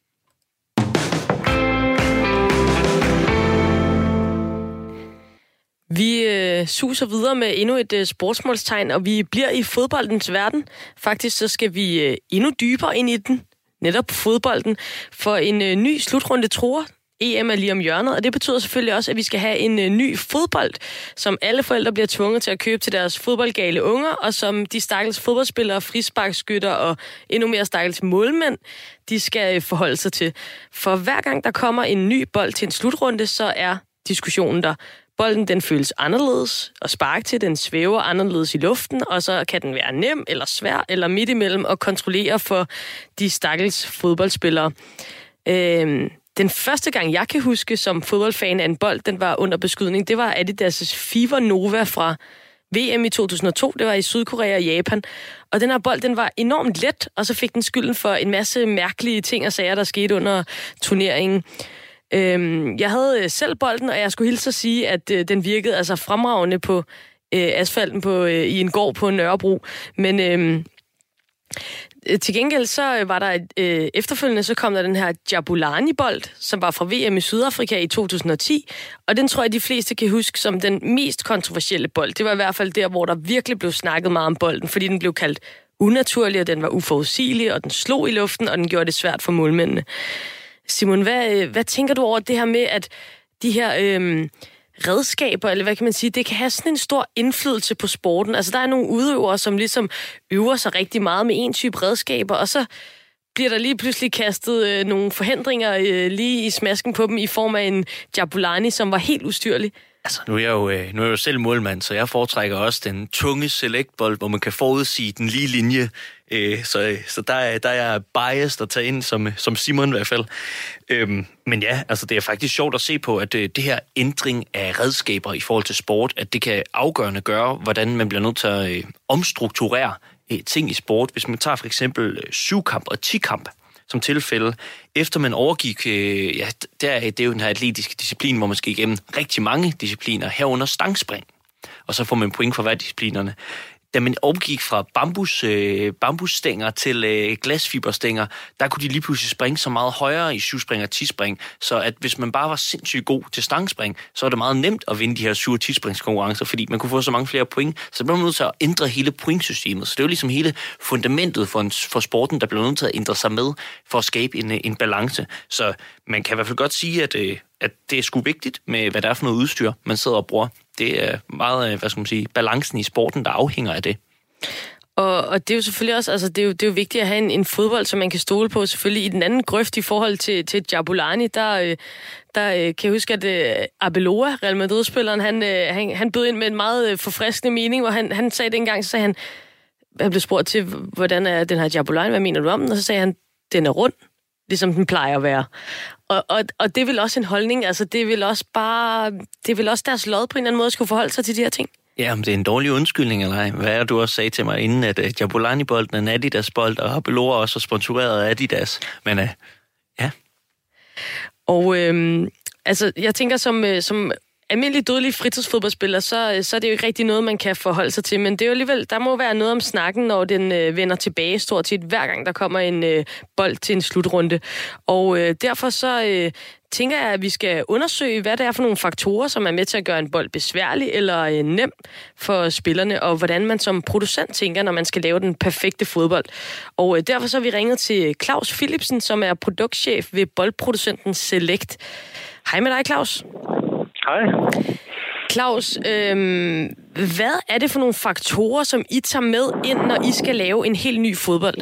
Vi øh, suser videre med endnu et øh, sportsmålstegn, og vi bliver i fodboldens verden. Faktisk så skal vi øh, endnu dybere ind i den, netop fodbolden, for en øh, ny slutrunde truer. E M er lige om hjørnet, og det betyder selvfølgelig også, at vi skal have en øh, ny fodbold, som alle forældre bliver tvunget til at købe til deres fodboldgale unger, og som de stakkels fodboldspillere, frisparkskytter og endnu mere stakkels målmænd, de skal øh, forholde sig til. For hver gang der kommer en ny bold til en slutrunde, så er diskussionen der. Bolden, den føles anderledes, og spark til, den svæver anderledes i luften, og så kan den være nem eller svær eller midt imellem at kontrollere for de stakkels fodboldspillere. Øhm, den første gang, jeg kan huske som fodboldfan af en bold, den var under beskydning, det var Adidas' Fever Nova fra V M i to tusind og to. Det var i Sydkorea og Japan. Og den her bold, den var enormt let, og så fik den skylden for en masse mærkelige ting og sager, der skete under turneringen. Jeg havde selv bolden, og jeg skulle hilse at sige, at den virkede altså fremragende på øh, asfalten på, øh, i en gård på Nørrebro. Men øh, til gengæld så var der et, øh, efterfølgende, så kom der den her Jabulani-bold, som var fra V M i Sydafrika i to tusind og ti, og den tror jeg, de fleste kan huske som den mest kontroversielle bold. Det var i hvert fald der, hvor der virkelig blev snakket meget om bolden, fordi den blev kaldt unaturlig, og den var uforudsigelig, og den slog i luften, og den gjorde det svært for målmændene. Simon, hvad, hvad tænker du over det her med, at de her øhm, redskaber, eller hvad kan man sige, det kan have sådan en stor indflydelse på sporten? Altså, der er nogle udøvere, som ligesom øver sig rigtig meget med en type redskaber, og så bliver der lige pludselig kastet øh, nogle forhindringer øh, lige i smasken på dem i form af en Jabulani, som var helt ustyrlig.
Altså, nu er jeg jo, nu er jeg jo selv målmand, så jeg foretrækker også den tunge selectbold, hvor man kan forudsige den lige linje. Så, så der, er, der er biased at tage ind, som, som Simon i hvert fald. Men ja, altså det er faktisk sjovt at se på, at det her ændring af redskaber i forhold til sport, at det kan afgørende gøre, hvordan man bliver nødt til at omstrukturere ting i sport. Hvis man tager for eksempel syvkamp og tikamp som tilfælde, efter man overgik, øh, ja, der, det er jo den her atletiske disciplin, hvor man skal igennem rigtig mange discipliner, herunder stangspring, og så får man point for hver disciplinerne. Da man overgik fra bambus, øh, bambusstænger til øh, glasfiberstænger, der kunne de lige pludselig springe så meget højere i syvspring og tispring, så at hvis man bare var sindssygt god til stangspring, så var det meget nemt at vinde de her syv- og tispringskonkurrencer, fordi man kunne få så mange flere point. Så blev man nødt til at ændre hele pointsystemet. Så det var ligesom hele fundamentet for, en, for sporten, der blev nødt til at ændre sig med, for at skabe en, en balance. Så man kan i hvert fald godt sige, at, øh, at det er sgu vigtigt med, hvad der er for noget udstyr, man sidder og bruger. Det er meget, hvad skal man sige, balancen i sporten, der afhænger af det.
Og, og det er jo selvfølgelig også, altså det er jo, det er jo vigtigt at have en, en fodbold, som man kan stole på. Selvfølgelig i den anden grøft i forhold til, til Jabulani, der, der kan jeg huske, at uh, Arbeloa, Real Madrid-spilleren, han, uh, han, han bød ind med en meget forfriskende mening, hvor han, han sagde det engang, så sagde han, han blev spurgt til, hvordan er den her Jabulani, hvad mener du om den? Og så sagde han, den er rund, ligesom den plejer at være. Og, og, og det er vel også en holdning, altså det er vel også bare, det er vel også deres lod på en eller anden måde at skulle forholde sig til de her ting.
Ja, om det er en dårlig undskyldning eller ej. Hvad er du også sagde til mig inden, at uh, Jabulani-bolden er Adidas-bold, og Arbeloa også er sponsoreret af Adidas. Men uh, ja.
Og øhm, altså, jeg tænker, som, som almindelig dødelig fritidsfodboldspiller, så, så er det jo ikke rigtig noget, man kan forholde sig til. Men det er jo alligevel, der må være noget om snakken, når den øh, vender tilbage stort set hver gang, der kommer en øh, bold til en slutrunde. Og øh, derfor så øh, tænker jeg, at vi skal undersøge, hvad det er for nogle faktorer, som er med til at gøre en bold besværlig eller øh, nem for spillerne, og hvordan man som producent tænker, når man skal lave den perfekte fodbold. Og øh, derfor så har vi ringet til Claus Philipsen, som er produktchef ved boldproducenten Select. Hej med dig, Claus.
Hej.
Claus, øhm, hvad er det for nogle faktorer, som I tager med ind, når I skal lave en helt ny fodbold?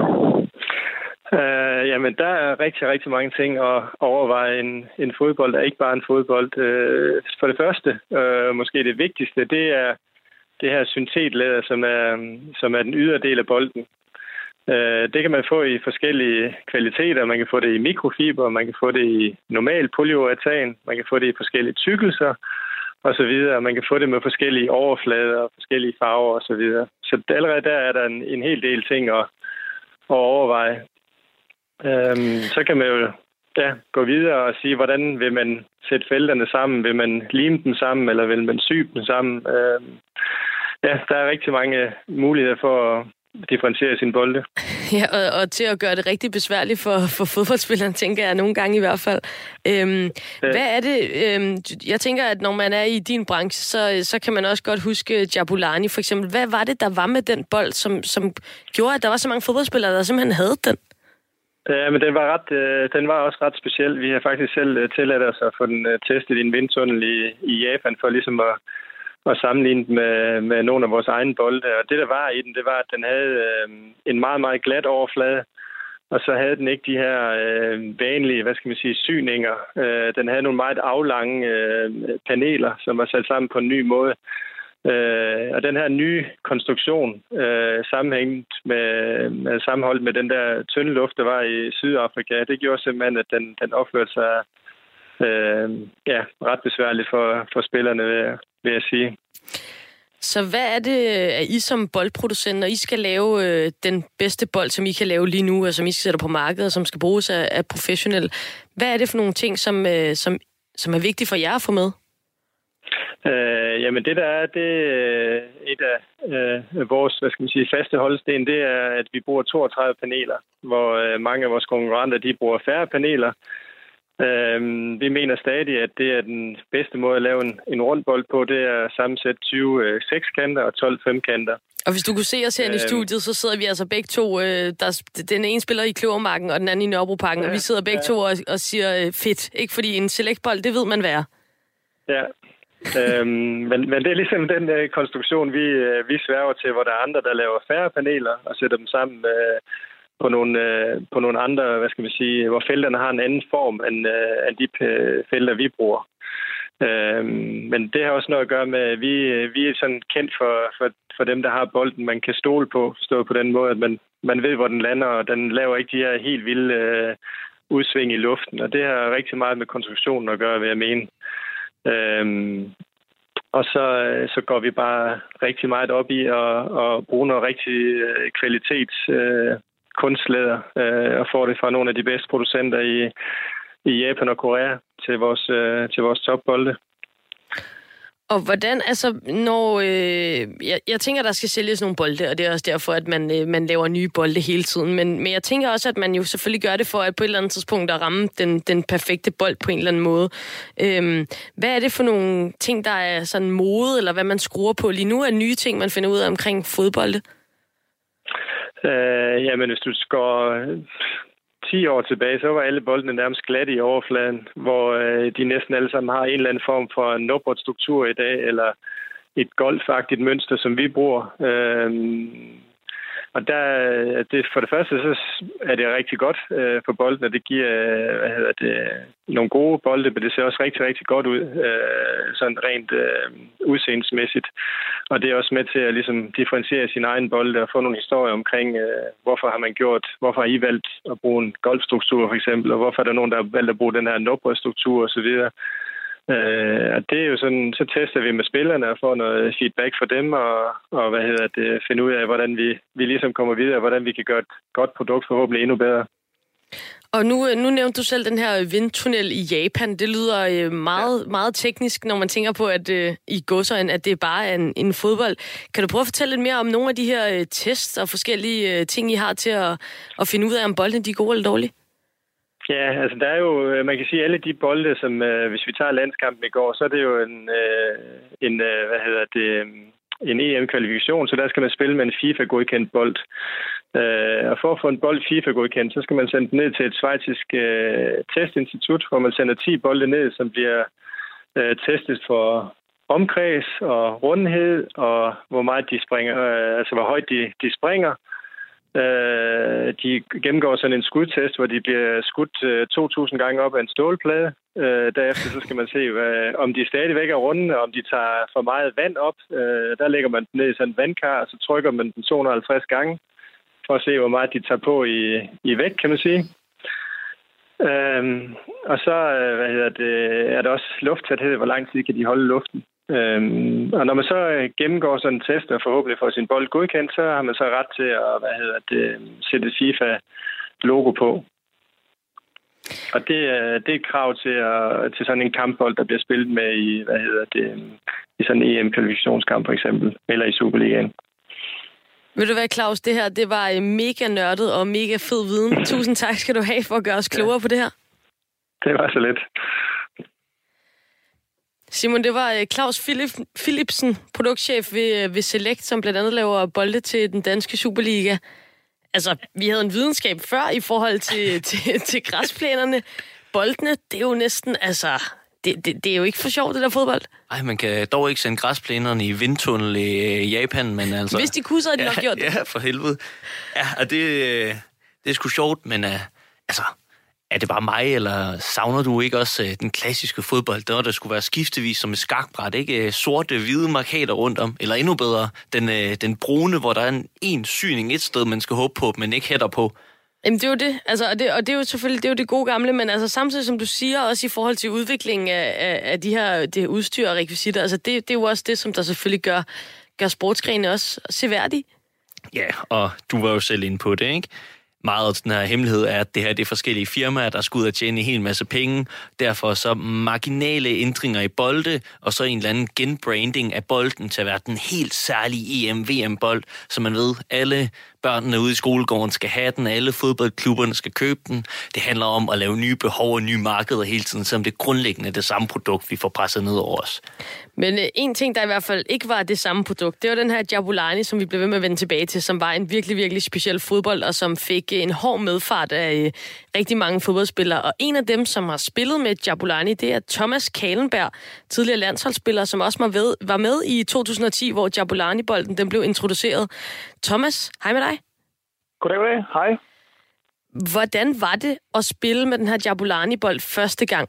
Uh, jamen, der er rigtig, rigtig mange ting at overveje. En, en fodbold er ikke bare en fodbold. Uh, for det første, uh, måske det vigtigste, det er det her syntetlæder, som er, som er den ydre del af bolden. Uh, det kan man få i forskellige kvaliteter. Man kan få det i mikrofiber, man kan få det i normal polyuretan, man kan få det i forskellige tykkelser og så videre. Man kan få det med forskellige overflader og forskellige farver og så videre. Så allerede der er der en, en hel del ting at, at overveje. Øhm, så kan man jo ja, gå videre og sige, hvordan vil man sætte felterne sammen? Vil man lime dem sammen, eller vil man sy dem sammen? Øhm, ja, der er rigtig mange muligheder for at differentiere sin bolde.
Ja, og, og til at gøre det rigtig besværligt for, for fodboldspilleren, tænker jeg nogle gange i hvert fald. Øhm, ja. Hvad er det? Øhm, jeg tænker, at når man er i din branche, så, så kan man også godt huske Jabulani for eksempel. Hvad var det, der var med den bold, som, som gjorde, at der var så mange fodboldspillere, der simpelthen havde den?
Ja, men den var, ret, øh, den var også ret speciel. Vi har faktisk selv øh, tilladt os at få den øh, testet i en vindtunnel i, i Japan, for ligesom at, at sammenligne den med, med nogle af vores egne bolde. Og det, der var i den, det var, at den havde øh, en meget, meget glat overflade, og så havde den ikke de her øh, vanlige, hvad skal man sige, syninger. Øh, den havde nogle meget aflange øh, paneler, som var sat sammen på en ny måde. Øh, og den her nye konstruktion, øh, sammenhængt med, med sammenholdt med den der tynde luft, der var i Sydafrika, det gjorde simpelthen, at den, den opførte sig øh, ja, ret besværligt for, for spillerne, vil, vil jeg sige.
Så hvad er det, at I som boldproducent, når I skal lave øh, den bedste bold, som I kan lave lige nu, og som I sætter på markedet, og som skal bruges af, af professionelle, hvad er det for nogle ting, som, øh, som, som er vigtige for jer at få med?
Øh, jamen det der er, det er et af øh, vores, hvad skal man sige, faste holdsten, det er, at vi bruger toogtredive paneler, hvor øh, mange af vores konkurrenter, de bruger færre paneler. Øh, vi mener stadig, at det er den bedste måde at lave en, en rundbold på, det er at sammensætte tyve øh, sekskanter og tolv femkanter. Og
hvis du kunne se os herinde øh, i studiet, så sidder vi altså begge to, øh, der, den ene spiller i Kløvermarken, og den anden i Nørrebroparken, ja, og vi sidder begge ja. to og, og siger øh, fedt, ikke fordi en selectbold, det ved man hvad er.
Ja, øhm, men, men det er ligesom den uh, konstruktion, vi, uh, vi sværger til, hvor der er andre, der laver færre paneler og sætter dem sammen uh, på, nogle, uh, på nogle andre, hvad skal man sige, hvor felterne har en anden form end, uh, end de uh, felter, vi bruger. Øhm, men det har også noget at gøre med, at vi, vi er sådan kendt for, for, for dem, der har bolden, man kan stole på, stå på den måde, at man, man ved, hvor den lander, og den laver ikke de her helt vilde uh, udsving i luften, og det har rigtig meget med konstruktionen at gøre, vil jeg mene. Øhm, og så, så går vi bare rigtig meget op i at, at bruge noget rigtig øh, kvalitets øh, kunstlæder øh, og få det fra nogle af de bedste producenter i, i Japan og Korea til vores, øh, til vores topbolde.
Og hvordan, altså, når, øh, jeg, jeg tænker, der skal sælges nogle bolde, og det er også derfor, at man, øh, man laver nye bolde hele tiden, men, men jeg tænker også, at man jo selvfølgelig gør det for, at på et eller andet tidspunkt at ramme den, den perfekte bold på en eller anden måde. Øhm, hvad er det for nogle ting, der er sådan mode, eller hvad man skruer på lige nu, er nye ting, man finder ud af omkring fodbolde?
Øh, jamen, hvis du går ti år tilbage, så var alle boldene nærmest glatte i overfladen, hvor øh, de næsten alle sammen har en eller anden form for no-board struktur i dag, eller et golfagtigt mønster, som vi bruger. Øh, Og der, det, for det første, så er det rigtig godt øh, for bolden, og det giver hvad hedder det, nogle gode bolde, men det ser også rigtig, rigtig godt ud, øh, sådan rent øh, udseendemæssigt. Og det er også med til at ligesom differentiere sin egen bolde og få nogle historier omkring, øh, hvorfor har man gjort, hvorfor har I valgt at bruge en golfstruktur for eksempel, og hvorfor er der nogen, der har valgt at bruge den her no-struktur osv. Øh, og det er jo sådan, så tester vi med spillerne og får noget feedback fra dem, og, og hvad hedder det, finde ud af, hvordan vi, vi ligesom kommer videre, og hvordan vi kan gøre et godt produkt forhåbentlig endnu bedre.
Og nu, nu nævnte du selv den her vindtunnel i Japan. Det lyder meget, meget teknisk, når man tænker på, at uh, i godsøjne, at det bare er en, en fodbold. Kan du prøve at fortælle lidt mere om nogle af de her uh, tests og forskellige uh, ting, I har til at, at finde ud af, om boldene de er gode eller dårlige?
Ja, altså der er jo, man kan sige, alle de bolde, som øh, hvis vi tager landskampen i går, så er det jo en, øh, en øh, hvad hedder det, en E M-kvalifikation, så der skal man spille med en FIFA-godkendt bold. Øh, og for at få en bold FIFA-godkendt, så skal man sende den ned til et schweizisk øh, testinstitut, hvor man sender ti bolde ned, som bliver øh, testet for omkreds og rundhed, og hvor meget de springer, øh, altså hvor højt de, de springer. Uh, de gennemgår sådan en skudtest, hvor de bliver skudt uh, to tusind gange op af en stålplade. Uh, derefter så skal man se, uh, om de stadigvæk er runde, og om de tager for meget vand op. Uh, der lægger man den ned i sådan en vandkar, og så trykker man den to hundrede og halvtreds gange, for at se, hvor meget de tager på i, i vægt, kan man sige. Uh, og så uh, hvad hedder det, er der også lufttæthed, hvor lang tid kan de holde luften. Øhm, og når man så gennemgår sådan en test og forhåbentlig får sin bold godkendt, så har man så ret til at hvad hedder det, sætte FIFA-logo på. Og det, det er et krav til, at, til sådan en kampbold, der bliver spillet med i, hvad hedder det, i sådan en E M-kvalifikationskamp for eksempel, eller i Superligaen.
Vil du være, Claus, det her det var mega nørdet og mega fed viden. Tusind tak skal du have for at gøre os klogere ja. på det her.
Det var så lidt.
Simon, det var Claus Philip, Philipsen, produktchef ved, ved Select, som blandt andet laver bolde til den danske Superliga. Altså, vi havde en videnskab før i forhold til, til, til græsplænerne. Boldene, det er jo næsten, altså, det, det, det er jo ikke for sjovt, det der fodbold.
Nej, man kan dog ikke sende græsplænerne i vindtunnel i Japan, men altså...
Hvis de kunne, så havde de
ja,
nok gjort det.
Ja, for helvede. Ja, og det, det er sgu sjovt, men uh, altså... Er det bare mig, eller savner du ikke også øh, den klassiske fodbold, der, der skulle være skiftevis som et skakbræt, ikke? Sorte, hvide markader rundt om, eller endnu bedre, den, øh, den brune, hvor der er en, en syning et sted, man skal håbe på, men ikke hætter på.
Jamen det er jo det, altså, og, det, og det er jo selvfølgelig det, er jo det gode gamle, men altså samtidig som du siger, også i forhold til udviklingen af, af, af de her det her udstyr og rekvisitter, altså det, det er jo også det, som der selvfølgelig gør, gør sportsgrene også seværdige.
Ja, og du var jo selv inde på det, ikke? Meget af den her hemmelighed er, at det her det er forskellige firmaer, der skal ud og tjene en hel masse penge. Derfor så marginale ændringer i bolde, og så en eller anden genbranding af bolden til at være den helt særlige E M V M-bold, så man ved, alle børnene ude i skolegården skal have den, alle fodboldklubberne skal købe den. Det handler om at lave nye behov og nye markeder hele tiden, selvom det er grundlæggende det samme produkt, vi får presset ned over os.
Men øh, en ting, der i hvert fald ikke var det samme produkt, det var den her Jabulani, som vi blev ved med at vende tilbage til, som var en virkelig, virkelig speciel fodbold, og som fik en hård medfart af øh, rigtig mange fodboldspillere. Og en af dem, som har spillet med Jabulani, det er Thomas Kahlenberg, tidligere landsholdsspiller, som også var, ved, var med i to tusind og ti, hvor Jabulani-bolden den blev introduceret. Thomas, hej med dig.
Goddag, hej.
Hvordan var det at spille med den her Jabulani-bold første gang?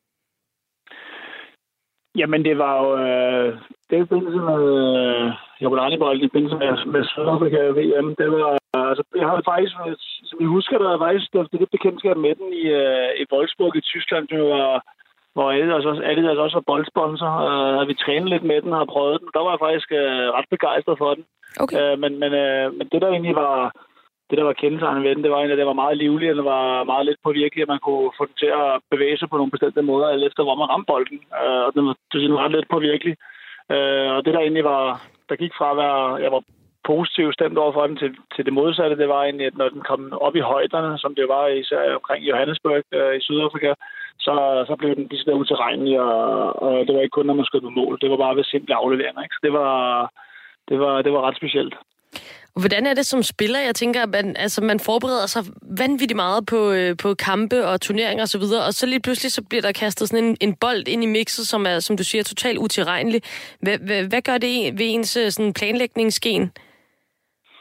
Jamen, det var jo... Øh, det er forbindelse med øh, Jabulani-bolden i forbindelse med, med Sydafrika V M. Det var... Altså, jeg havde faktisk... Som jeg husker, der var faktisk det lidt bekendtskab med den i, øh, i Wolfsburg i Tyskland, som var, hvor Adidas også, Adidas også var boldsponsor. Øh, vi trænede lidt med den og har prøvet den. Der var jeg faktisk øh, ret begejstret for den.
Okay.
Øh, men, men, øh, men det, der egentlig var... Det, der var kendetegnende ved den, det var egentlig, at det var meget livlig, og det var meget lidt påvirkelig, at man kunne få den til at bevæge sig på nogle bestemte måder, eller efter hvor man ramte bolden. Øh, og den var, den var ret lidt påvirkelig. Øh, og det, der egentlig var, der gik fra at være, jeg var positivt stemt over for den, til, til det modsatte, det var egentlig, at når den kom op i højderne, som det var især omkring Johannesburg øh, i Sydafrika, så, så blev den decideret utilregnelig, og, og det var ikke kun, når man skød på mål. Det var bare ved simple afleveringer. Ikke? Så det var, det, var, det var ret specielt.
Hvordan er det som spiller? Jeg tænker, at man, altså, man forbereder sig vanvittigt meget på, øh, på kampe og turneringer og så videre, og så lige pludselig så bliver der kastet sådan en, en bold ind i mixet, som er, som du siger, totalt utilregnelig. Hvad, hvad, hvad gør det ved ens sådan planlægningsgen?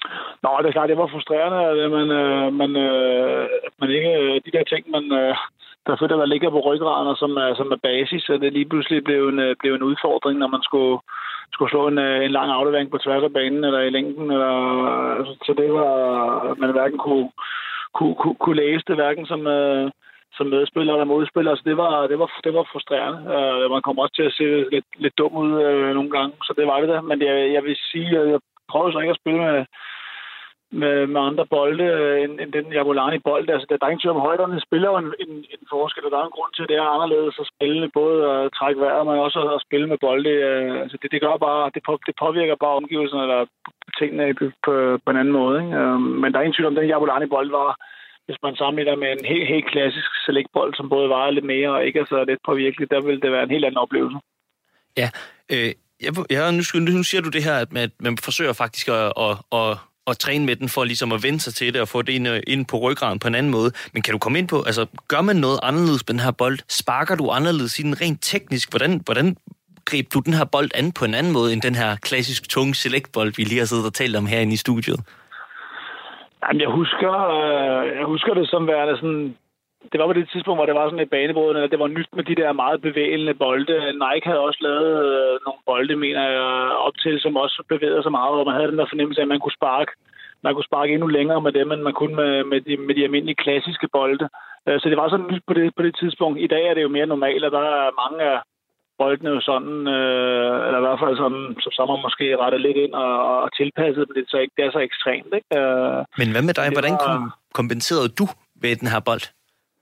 Nå, det er klart, det var frustrerende, at man, øh, man, øh, man ikke, de der ting, man, øh, der følte, der ligger på ryggraden, og som er, som er basis, så det lige pludselig blev en, blev en udfordring, når man skulle, skulle slå en, en lang aflevering på tværs af banen, eller i længden, eller, altså, så det var, at man hverken kunne, kunne, kunne, kunne læse det, hverken som, øh, som medspiller eller modspiller, så det var, det var, det var frustrerende. Uh, man kom også til at se lidt, lidt dum ud uh, nogle gange, så det var det der, men jeg, jeg vil sige, at jeg prøver så ikke at spille med Med, med andre bolde end, end den Jabulani-bold. Altså, der er ingen tvivl om højderne spiller en, en, en forskel, og der er en grund til, at det er anderledes at spille, både at trække vejret, men også at spille med bolde. Altså, det, det, gør bare, det, på, det påvirker bare omgivelserne eller tingene på, på, på en anden måde. Ikke? Men der er ingen tvivl om, at den Jabulani-bold var, hvis man sammenligner med en helt, helt klassisk select-bold, som både vejer lidt mere og ikke er så let påvirkelig, der vil det være en helt anden oplevelse.
Ja, øh, jeg, jeg, nu, nu siger du det her, at man, man forsøger faktisk at, at, at og træne med den for ligesom at vende sig til det og få det ind, ind på ryggraden på en anden måde. Men kan du komme ind på, altså gør man noget anderledes med den her bold? Sparker du anderledes i den rent teknisk? Hvordan, hvordan greb du den her bold an på en anden måde end den her klassisk tunge select-bold, vi lige har siddet og talt om herinde i studiet?
Jamen, jeg husker, jeg husker det som værende sådan... Det var på det tidspunkt, hvor det var sådan et banebrydende, at det var nyt med de der meget bevægende bolde. Nike havde også lavet øh, nogle bolde, mener jeg, op til, som også bevægede sig meget, og man havde den der fornemmelse af, at man kunne sparke, man kunne sparke endnu længere med dem, end man kunne med, med, de, med de almindelige klassiske bolde. Øh, så det var sådan nyt på det, på det tidspunkt. I dag er det jo mere normalt, og der er mange af boldene jo sådan, øh, eller i hvert fald sådan, så så man måske rettet lidt ind og, og tilpasset, men det er, så ikke, det er så ekstremt. Ikke? Øh,
men hvad med dig? Hvordan
var...
kompenserede du ved den her bold?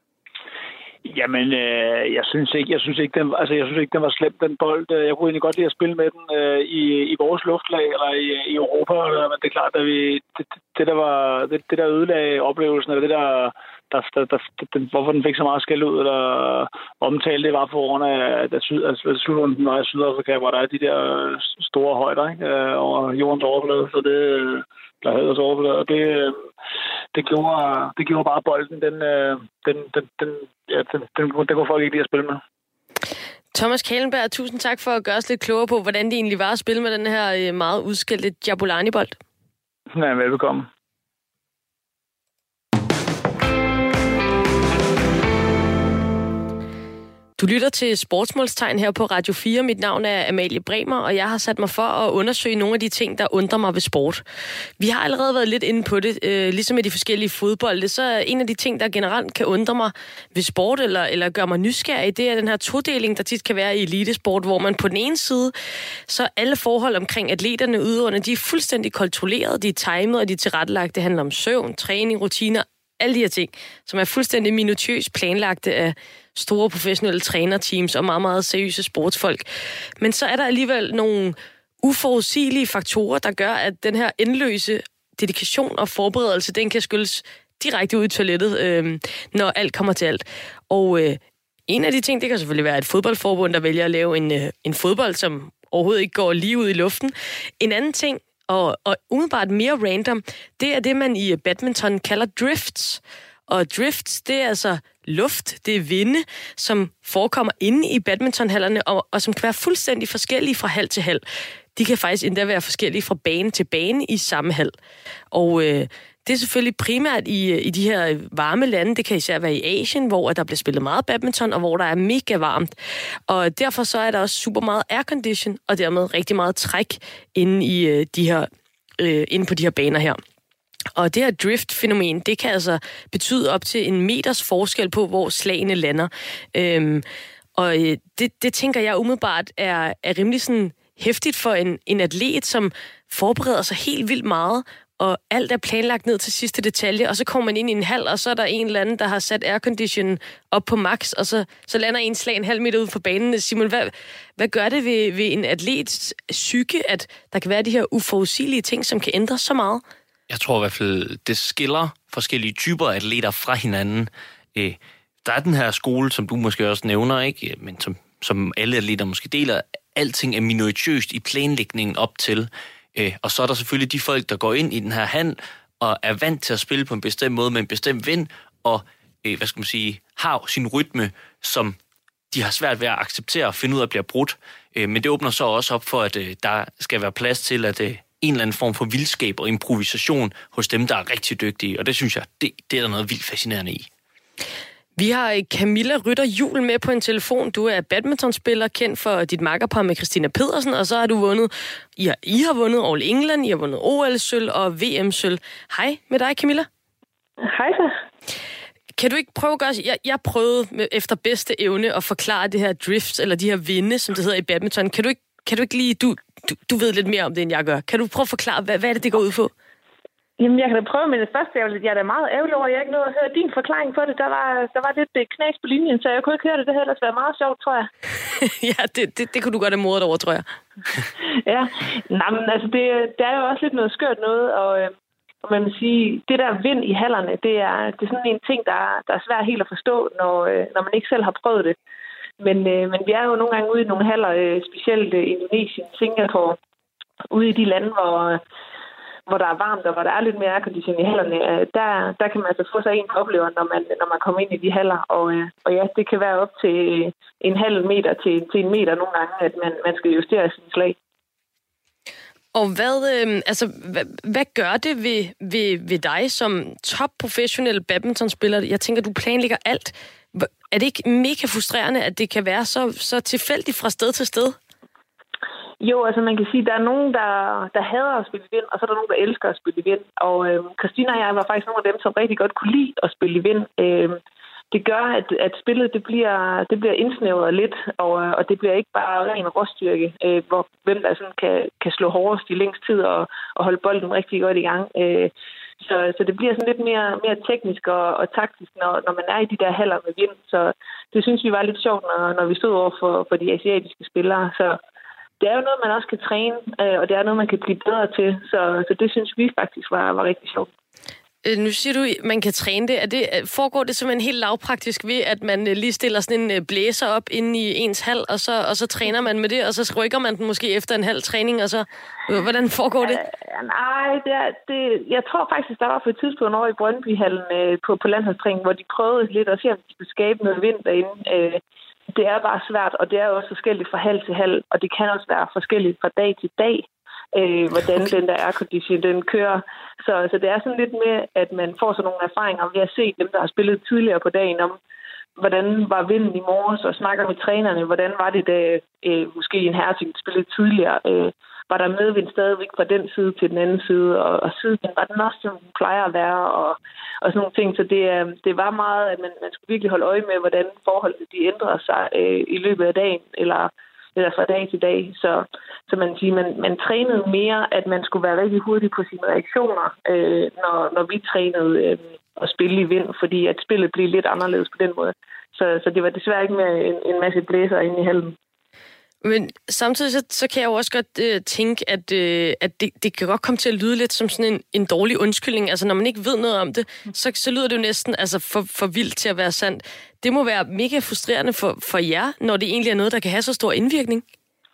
Jamen, øh, jeg synes ikke, jeg synes ikke, den, altså jeg synes ikke, den var slem, den bold. Jeg kunne egentlig godt lide at spille med den øh, i, i vores luftlag eller i, i Europa, men det er klart, at vi det, det der var det, det der ødelagde oplevelsen, eller det der, der, der, der den, hvorfor den fik så meget skæld ud eller omtale, det var på grund af at syd, altså, slutrunden var i Sydafrika, hvor der er de der store højder, ikke, øh, over jordens overflade, så det der hedder så overflade, og det det gjorde det gjorde bare bolden den den den den ja, den, den, den kunne folk ikke lide at spille med.
Thomas Kahlenberg, tusind tak for at gøre os lidt klogere på, hvordan det egentlig var at spille med den her meget udskældte Jabulani-bold.
Ja, velbekomme.
Du lytter til Sportsmålstegn her på Radio fire. Mit navn er Amalie Bremer, og jeg har sat mig for at undersøge nogle af de ting, der undrer mig ved sport. Vi har allerede været lidt inde på det, øh, ligesom med de forskellige fodbolde. Så er en af de ting, der generelt kan undre mig ved sport, eller, eller gør mig nysgerrig, det er den her todeling, der tit kan være i elitesport, hvor man på den ene side, så alle forhold omkring atleterne udøverne, de er fuldstændig kontrolleret, de er timet, og de er tilrettelagt. Det handler om søvn, træning, rutiner, alle de her ting, som er fuldstændig minutiøst planlagte af store professionelle trænerteams og meget, meget seriøse sportsfolk. Men så er der alligevel nogle uforudsigelige faktorer, der gør, at den her endløse dedikation og forberedelse, den kan skyldes direkte ud i toilettet, øh, når alt kommer til alt. Og øh, en af de ting, det kan selvfølgelig være et fodboldforbund, der vælger at lave en, øh, en fodbold, som overhovedet ikke går lige ud i luften. En anden ting, og, og umiddelbart mere random, det er det, man i badminton kalder drifts. Og drifts, det er altså luft, det er vinde, som forekommer inde i badmintonhallerne, og, og som kan være fuldstændig forskellige fra hal til hal. De kan faktisk endda være forskellige fra bane til bane i samme hal. Og øh, det er selvfølgelig primært i, i de her varme lande. Det kan især være i Asien, hvor der bliver spillet meget badminton, og hvor der er mega varmt. Og derfor så er der også super meget aircondition, og dermed rigtig meget træk inde, i, øh, de her, øh, inde på de her baner her. Og det her drift-fænomen, det kan altså betyde op til en meters forskel på, hvor slagene lander. Øhm, og det, det tænker jeg umiddelbart er, er rimelig sådan hæftigt for en, en atlet, som forbereder sig helt vildt meget, og alt er planlagt ned til sidste detalje, og så kommer man ind i en hal, og så er der en eller anden, der har sat aircondition op på max, og så, så lander en slag en halv meter ud på banen. Simon, hvad, hvad gør det ved, ved en atlets psyke, at der kan være de her uforudsigelige ting, som kan ændre så meget?
Jeg tror i hvert fald, det skiller forskellige typer atleter fra hinanden. Øh, der er den her skole, som du måske også nævner, ikke? Men som, som alle atleter måske deler. Alting er minutiøst i planlægningen op til. Øh, og så er der selvfølgelig de folk, der går ind i den her handel og er vant til at spille på en bestemt måde med en bestemt vind, og øh, hvad skal man sige, har sin rytme, som de har svært ved at acceptere og finde ud af at blive brudt. Øh, men det åbner så også op for, at øh, der skal være plads til, at øh, en eller anden form for vildskab og improvisation hos dem, der er rigtig dygtige. Og det synes jeg, det, det er der noget vildt fascinerende i.
Vi har Camilla Rytter Juhl med på en telefon. Du er badmintonspiller, kendt for dit makkerpar med Christina Pedersen, og så har du vundet, I har, I har vundet All England, I har vundet O L-sølv og V M-sølv. Hej med dig, Camilla.
Hej så.
Kan du ikke prøve at gøre... Jeg, jeg prøvede med, efter bedste evne at forklare det her drift, eller de her vinde, som det hedder i badminton. Kan du ikke, kan du ikke lige... Du, du, du ved lidt mere om det, end jeg gør. Kan du prøve at forklare, hvad, hvad er det, det går ud på?
Jamen, jeg kan da prøve, men det første er jo lidt, jeg er da meget ærgerlig over, at jeg ikke nåede at høre din forklaring på det. Der var, der var lidt knas på linjen, så jeg kunne ikke høre det. Det havde ellers været meget sjovt, tror jeg.
Ja, det, det, det kunne du godt have modet over, tror jeg.
Ja, nej, men altså, det, det er jo også lidt noget skørt noget, og, og man vil sige, det der vind i hallerne, det er, det er sådan en ting, der, der er svært helt at forstå, når, når man ikke selv har prøvet det. Men, men vi er jo nogle gange ude i nogle haller, specielt Indonesien, Singapore, ude i de lande, hvor... hvor der er varmt, og hvor der er lidt mere aircondition i hallerne, der, der kan man altså få sig en oplever, når man, når man kommer ind i de haller. Og, og ja, det kan være op til en halv meter til, til en meter nogle gange, at man, man skal justere sin slag.
Og hvad, øh, altså, hvad, hvad gør det ved, ved, ved dig som top-professionel badmintonspiller? Jeg tænker, du planlægger alt. Er det ikke mega frustrerende, at det kan være så, så tilfældigt fra sted til sted?
Jo, altså man kan sige, at der er nogen, der, der hader at spille i vind, og så er der nogen, der elsker at spille i vind. Og øh, Christina og jeg var faktisk nogle af dem, som rigtig godt kunne lide at spille i vind. Øh, det gør, at, at spillet det bliver, det bliver indsnævret lidt, og, og det bliver ikke bare ren råstyrke, øh, hvor hvem der sådan kan, kan slå hårdest i længst tid og, og holde bolden rigtig godt i gang. Øh, så, så det bliver sådan lidt mere, mere teknisk og, og taktisk, når, når man er i de der haller med vind. Så det synes vi var lidt sjovt, når, når vi stod over for, for de asiatiske spillere. Så det er jo noget, man også kan træne, og det er noget, man kan blive bedre til. Så, så det synes vi faktisk var, var rigtig sjovt.
Nu siger du, at man kan træne det. Er det. Foregår det simpelthen helt lavpraktisk ved, at man lige stiller sådan en blæser op inde i ens hal, og så, og så træner man med det, og så rykker man den måske efter en halv træning, og så... Hvordan foregår det?
Uh, nej, det er, det, jeg tror faktisk, der var for et tidspunkt over i Brøndbyhallen uh, på, på landsholdstræning, hvor de prøvede lidt at se, om de kunne skabe noget vind derinde. Uh, Det er bare svært, og det er også forskelligt fra hal til hal, og det kan også være forskelligt fra dag til dag, øh, hvordan okay. den der aircondition, den kører. Så, så det er sådan lidt med, at man får sådan nogle erfaringer ved at se dem, der har spillet tidligere på dagen, om hvordan var vinden i morges, og snakker med trænerne, hvordan var det, da øh, måske en herreting spillede tidligere. Øh, var der medvind stadigvæk fra den side til den anden side, og, og sidevind var den også, som den plejer at være, og, og sådan nogle ting. Så det, det var meget, at man, man skulle virkelig holde øje med, hvordan forholdene de ændrede sig øh, i løbet af dagen, eller, eller fra dag til dag. Så, så man siger, man, man trænede mere, at man skulle være rigtig hurtig på sine reaktioner, øh, når, når vi trænede øh, at spille i vind, fordi at spillet blev lidt anderledes på den måde. Så, så det var desværre ikke med en, en masse blæser inde i hallen.
Men samtidig så, så kan jeg jo også godt øh, tænke, at, øh, at det, det kan godt komme til at lyde lidt som sådan en, en dårlig undskyldning. Altså når man ikke ved noget om det, så, så lyder det jo næsten altså, for, for vildt til at være sandt. Det må være mega frustrerende for, for jer, når det egentlig er noget, der kan have så stor indvirkning.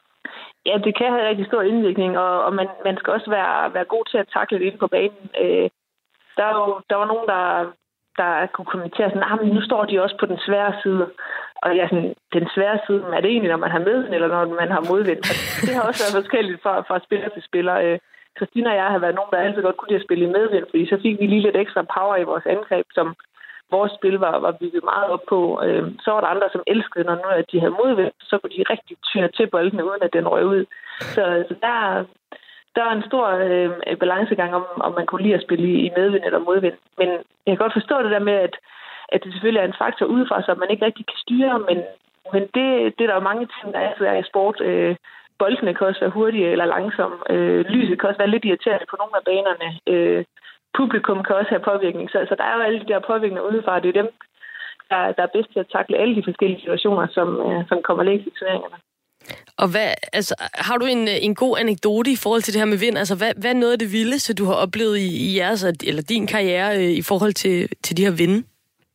Ja, det kan have rigtig stor indvirkning, og, og man, man skal også være, være god til at takle det inde på banen. Øh, der, er jo, der var nogen, der, der kunne kommentere sådan, ah, men nu står de også på den svære side. Og ja, sådan, den svære side, er det egentlig, når man har medvind, eller når man har modvind? Det har også været forskelligt fra, fra spiller til spiller. Øh, Christina og jeg har været nogen, der altid godt kunne lide at spille i medvind, fordi så fik vi lige lidt ekstra power i vores angreb, som vores spil var, var bygget meget op på. Øh, så var der andre, som elskede, når nu, at de havde modvind, så kunne de rigtig tyre til boldene, uden at den røg ud. Så, så der, der er en stor øh, balancegang, om, om man kunne lide at spille i, i medvind eller modvind. Men jeg kan godt forstå det der med, at at det selvfølgelig er en faktor udefra, som man ikke rigtig kan styre, men, men det, det er der jo mange ting, der er i sport. Øh, boldene kan også være hurtige eller langsomme. Øh, lyset kan også være lidt irriterende på nogle af banerne. Øh, publikum kan også have påvirkning. Så, så der er jo alle de der påvirkninger udefra. Det er dem, der, der er bedst til at takle alle de forskellige situationer, som, øh, som kommer længst i turneringerne.
Og hvad, altså, har du en, en god anekdote i forhold til det her med vind? Altså, hvad, hvad er noget af det vildeste, du har oplevet i, i jeres, eller din karriere øh, i forhold til, til de her vinde?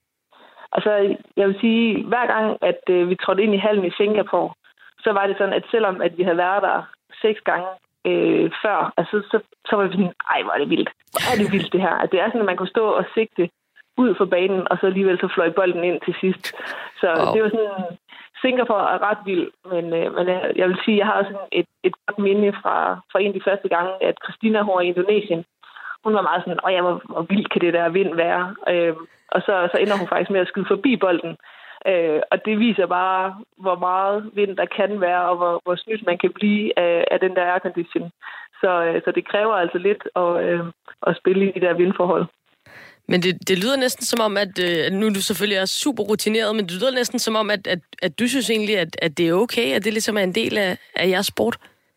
Altså, jeg vil sige, hver gang, at øh, vi trådte ind i hallen i Singapore, så var det sådan, at selvom at vi havde været der seks gange øh, før, altså, så, så var vi sådan, ej, hvor er det vildt. Hvor er det vildt, det her. At det er sådan, at man kunne stå og sigte ud for banen, og så alligevel så fløj bolden ind til sidst. Så wow. Det var sådan Singapore er ret vild, men, øh, men jeg vil sige, jeg har sådan et, et godt minde fra, fra en af de første gange, at Christina, hun var i Indonesien. Hun var meget sådan, åh ja, hvor, hvor vildt kan det der vind være? Øh, og så, så ender hun faktisk med at skyde forbi bolden. Øh, og det viser bare, hvor meget vind der kan være, og hvor, hvor snydt man kan blive af, af den der aircondition. Så, øh, så det kræver altså lidt at, øh, at spille i de der vindforhold.
Men det, det lyder næsten som om, at øh, nu er du selvfølgelig også super rutineret, men det lyder næsten som om, at, at, at du synes egentlig, at, at det er okay, at det ligesom er en del af, af jeres sport?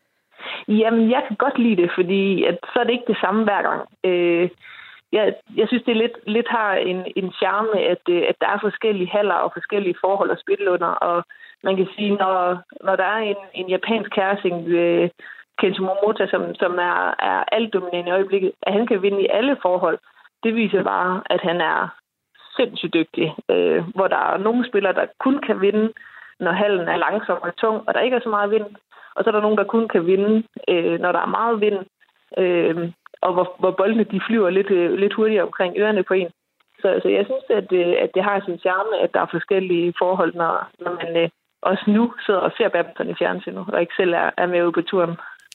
Jamen, jeg kan godt lide det, fordi at, så er det ikke det samme hver gang. Øh, jeg, jeg synes, det er lidt, lidt har en, en charme, at, at der er forskellige haller og forskellige forhold at spille under, og man kan sige, når, når der er en, en japansk kærsing, øh, Kento Momota, som, som er, er altdominerende i øjeblikket, at han kan vinde i alle forhold. Det viser bare, at han er sindssygt dygtig. Øh, hvor der er nogle spillere, der kun kan vinde, når hallen er langsom og tung, og der ikke er så meget vind. Og så er der nogen, der kun kan vinde, øh, når der er meget vind, øh, og hvor, hvor boldene de flyver lidt, øh, lidt hurtigere omkring ørerne på en. Så, så jeg synes, at, øh, at det har sin charme, at der er forskellige forhold, når, når man øh, også nu sidder og ser badminton i fjernsynet, og ikke selv er, er med ude på turen.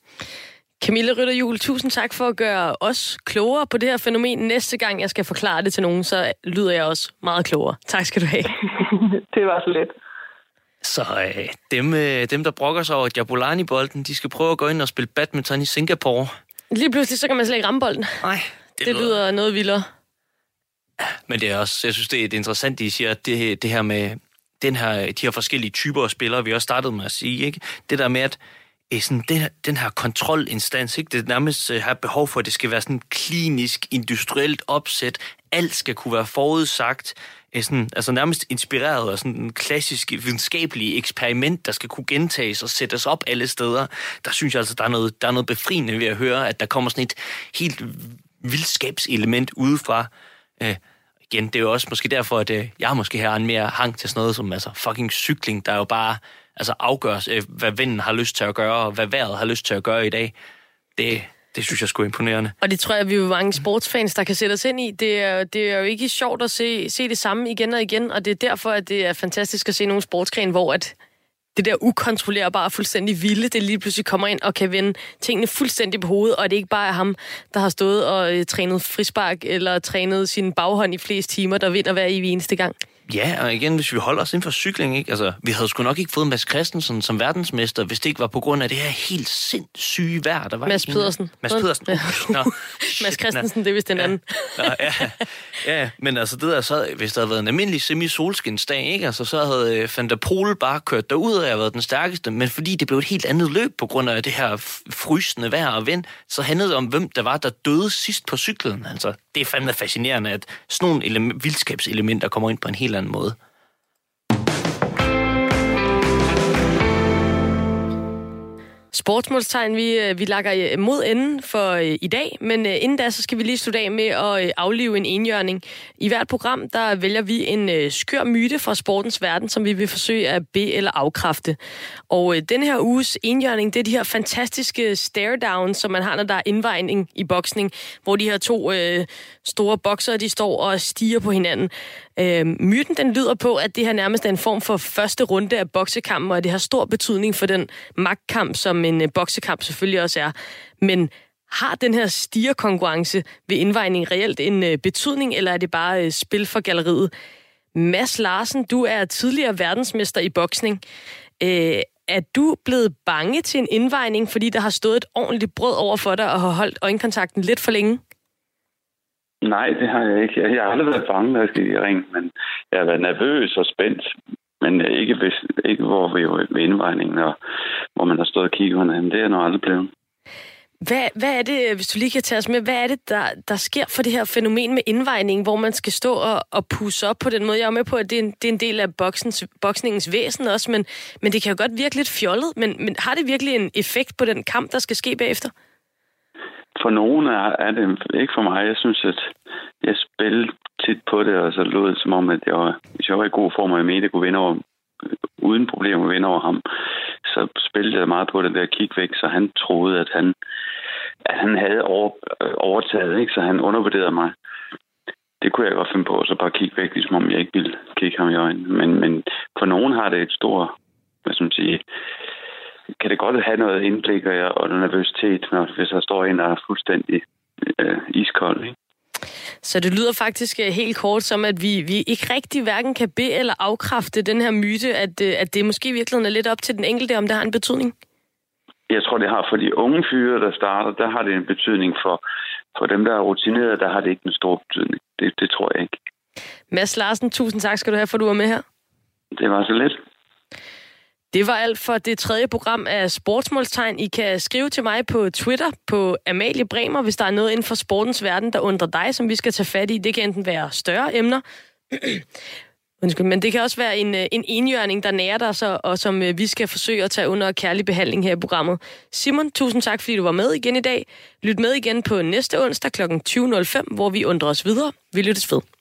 Camilla Rytter-Juhl, tusind tak for at gøre os klogere på det her fænomen. Næste gang jeg skal forklare det til nogen, så lyder jeg også meget klogere. Tak skal du have.
Det var så let.
Så øh, dem, øh, dem, der brokker sig over Jabulani-bolden, de skal prøve at gå ind og spille badminton i Singapore.
Lige pludselig, så kan man slet ikke ramme bolden.
Nej.
Det, det lyder noget vildere.
Men det er også, jeg synes, det er interessant, de siger, at det, det her med den her, de her forskellige typer af spillere, vi også startede med at sige, ikke? Det der med, at sådan den, her, den her kontrolinstans, ikke? Det nærmest har behov for, at det skal være sådan klinisk, industrielt opsæt. Alt skal kunne være forudsagt. Sådan, altså nærmest inspireret af sådan en klassisk videnskabelig eksperiment, der skal kunne gentages og sættes op alle steder. Der synes jeg altså, der er noget, der er noget befriende ved at høre, at der kommer sådan et helt vildskabselement udefra. Øh, igen, det er jo også måske derfor, at øh, jeg måske har en mere hang til sådan noget som altså, fucking cykling, der jo bare altså, afgøres, øh, hvad vinden har lyst til at gøre, og hvad vejret har lyst til at gøre i dag. Det Det synes jeg sgu imponerende. Og
det tror jeg, vi er jo mange sportsfans, der kan sætte os ind i. Det er, det er jo ikke sjovt at se, se det samme igen og igen, og det er derfor, at det er fantastisk at se nogle sportsgrene, hvor at det der ukontrollerbare, fuldstændig vilde, det lige pludselig kommer ind og kan vende tingene fuldstændig på hovedet, og det er ikke bare ham, der har stået og øh, trænet frispark eller trænet sin baghånd i flest timer, der vinder hver evig eneste gang.
Ja, og igen, hvis vi holder os inden for cykling, ikke? Altså, vi havde sgu nok ikke fået Mads Christensen som verdensmester, hvis det ikke var på grund af det her helt sindssyge vejr, der var.
Mads Pedersen.
Mads Pedersen.
Ja. Nå, Mads Christensen, det er vist den
ja.
anden.
Nå, ja. ja, men altså, det der så, hvis der havde været en almindelig semi-solskinsdag, ikke? Altså, så havde Van der Poel bare kørt derud og været den stærkeste, men fordi det blev et helt andet løb på grund af det her frysende vejr og vind, så handlede det om, hvem der var, der døde sidst på cyklen. Altså, det er fandme fascinerende, at sådan nogle ele- vildskabselementer kommer ind på en helt anden måde.
Sportsmålstegn, vi, vi lakker mod enden for i dag, men inden da, så skal vi lige slutte af med at aflive en enhjørning. I hvert program, der vælger vi en skør myte fra sportens verden, som vi vil forsøge at be- eller afkræfte. Og den her uges enhjørning, det er de her fantastiske stare-downs, som man har, når der er indvejning i boksning, hvor de her to øh, store boksere, de står og stiger på hinanden. Øh, myten, den lyder på, at det her nærmest er en form for første runde af boksekampen, og det har stor betydning for den magtkamp, som en øh, boksekamp selvfølgelig også er. Men har den her stierkonkurrence ved indvejning reelt en øh, betydning, eller er det bare øh, spil for galleriet? Mads Larsen, du er tidligere verdensmester i boksning. Øh, er du blevet bange til en indvejning, fordi der har stået et ordentligt brød over for dig og har holdt øjenkontakten lidt for længe?
Nej, det har jeg ikke. Jeg har aldrig været bange, når jeg skal i ring, men jeg har været nervøs og spændt. Men ikke, hvis, ikke hvor vi er ved indvejningen, og hvor man har stået og kigget under ham. Det er jeg nok aldrig blevet.
Hvad, hvad er det, hvis du lige kan tage os med, hvad er det, der, der sker for det her fænomen med indvejning, hvor man skal stå og, og pusse op på den måde? Jeg er med på, at det er en, det er en del af boksens, boksningens væsen også, men, men det kan jo godt virke lidt fjollet. Men, men har det virkelig en effekt på den kamp, der skal ske bagefter?
For nogen er, er det ikke for mig. Jeg synes, at jeg spillede tit på det, og så lød det som om, at jeg var, hvis jeg var i god form, og jeg mente, at jeg kunne vinde over, uden problemer vinde over ham, så spillede jeg meget på det der kick væk, så han troede, at han, at han havde over, overtaget, ikke? Så han undervurderede mig. Det kunne jeg godt finde på, så bare kigge væk, ligesom om jeg ikke ville kigge ham i øjnene. Men, men for nogen har det et stort, hvad skal man sige, kan det godt have noget indblik og noget nervøsitet, når, hvis der står en, der er fuldstændig øh, iskold, ikke?
Så det lyder faktisk helt kort som, at vi, vi ikke rigtig hverken kan be- eller afkræfte den her myte, at, at det måske i virkeligheden er lidt op til den enkelte, om det har en betydning?
Jeg tror, det har for de unge fyre, der starter, der har det en betydning. For, for dem, der er rutineret, der har det ikke en stor betydning. Det, det tror jeg ikke.
Mads Larsen, tusind tak skal du have, for du var med her.
Det var så lidt.
Det var alt for det tredje program af Sportsmålstegn. I kan skrive til mig på Twitter på Amalie Bremer, hvis der er noget inden for sportens verden, der undrer dig, som vi skal tage fat i. Det kan enten være større emner, undskyld, men det kan også være en, en enhjørning, der nærer dig, så, og som vi skal forsøge at tage under kærlig behandling her i programmet. Simon, tusind tak, fordi du var med igen i dag. Lyt med igen på næste onsdag klokken tyve nul fem, hvor vi undrer os videre. Vi lyttes ved.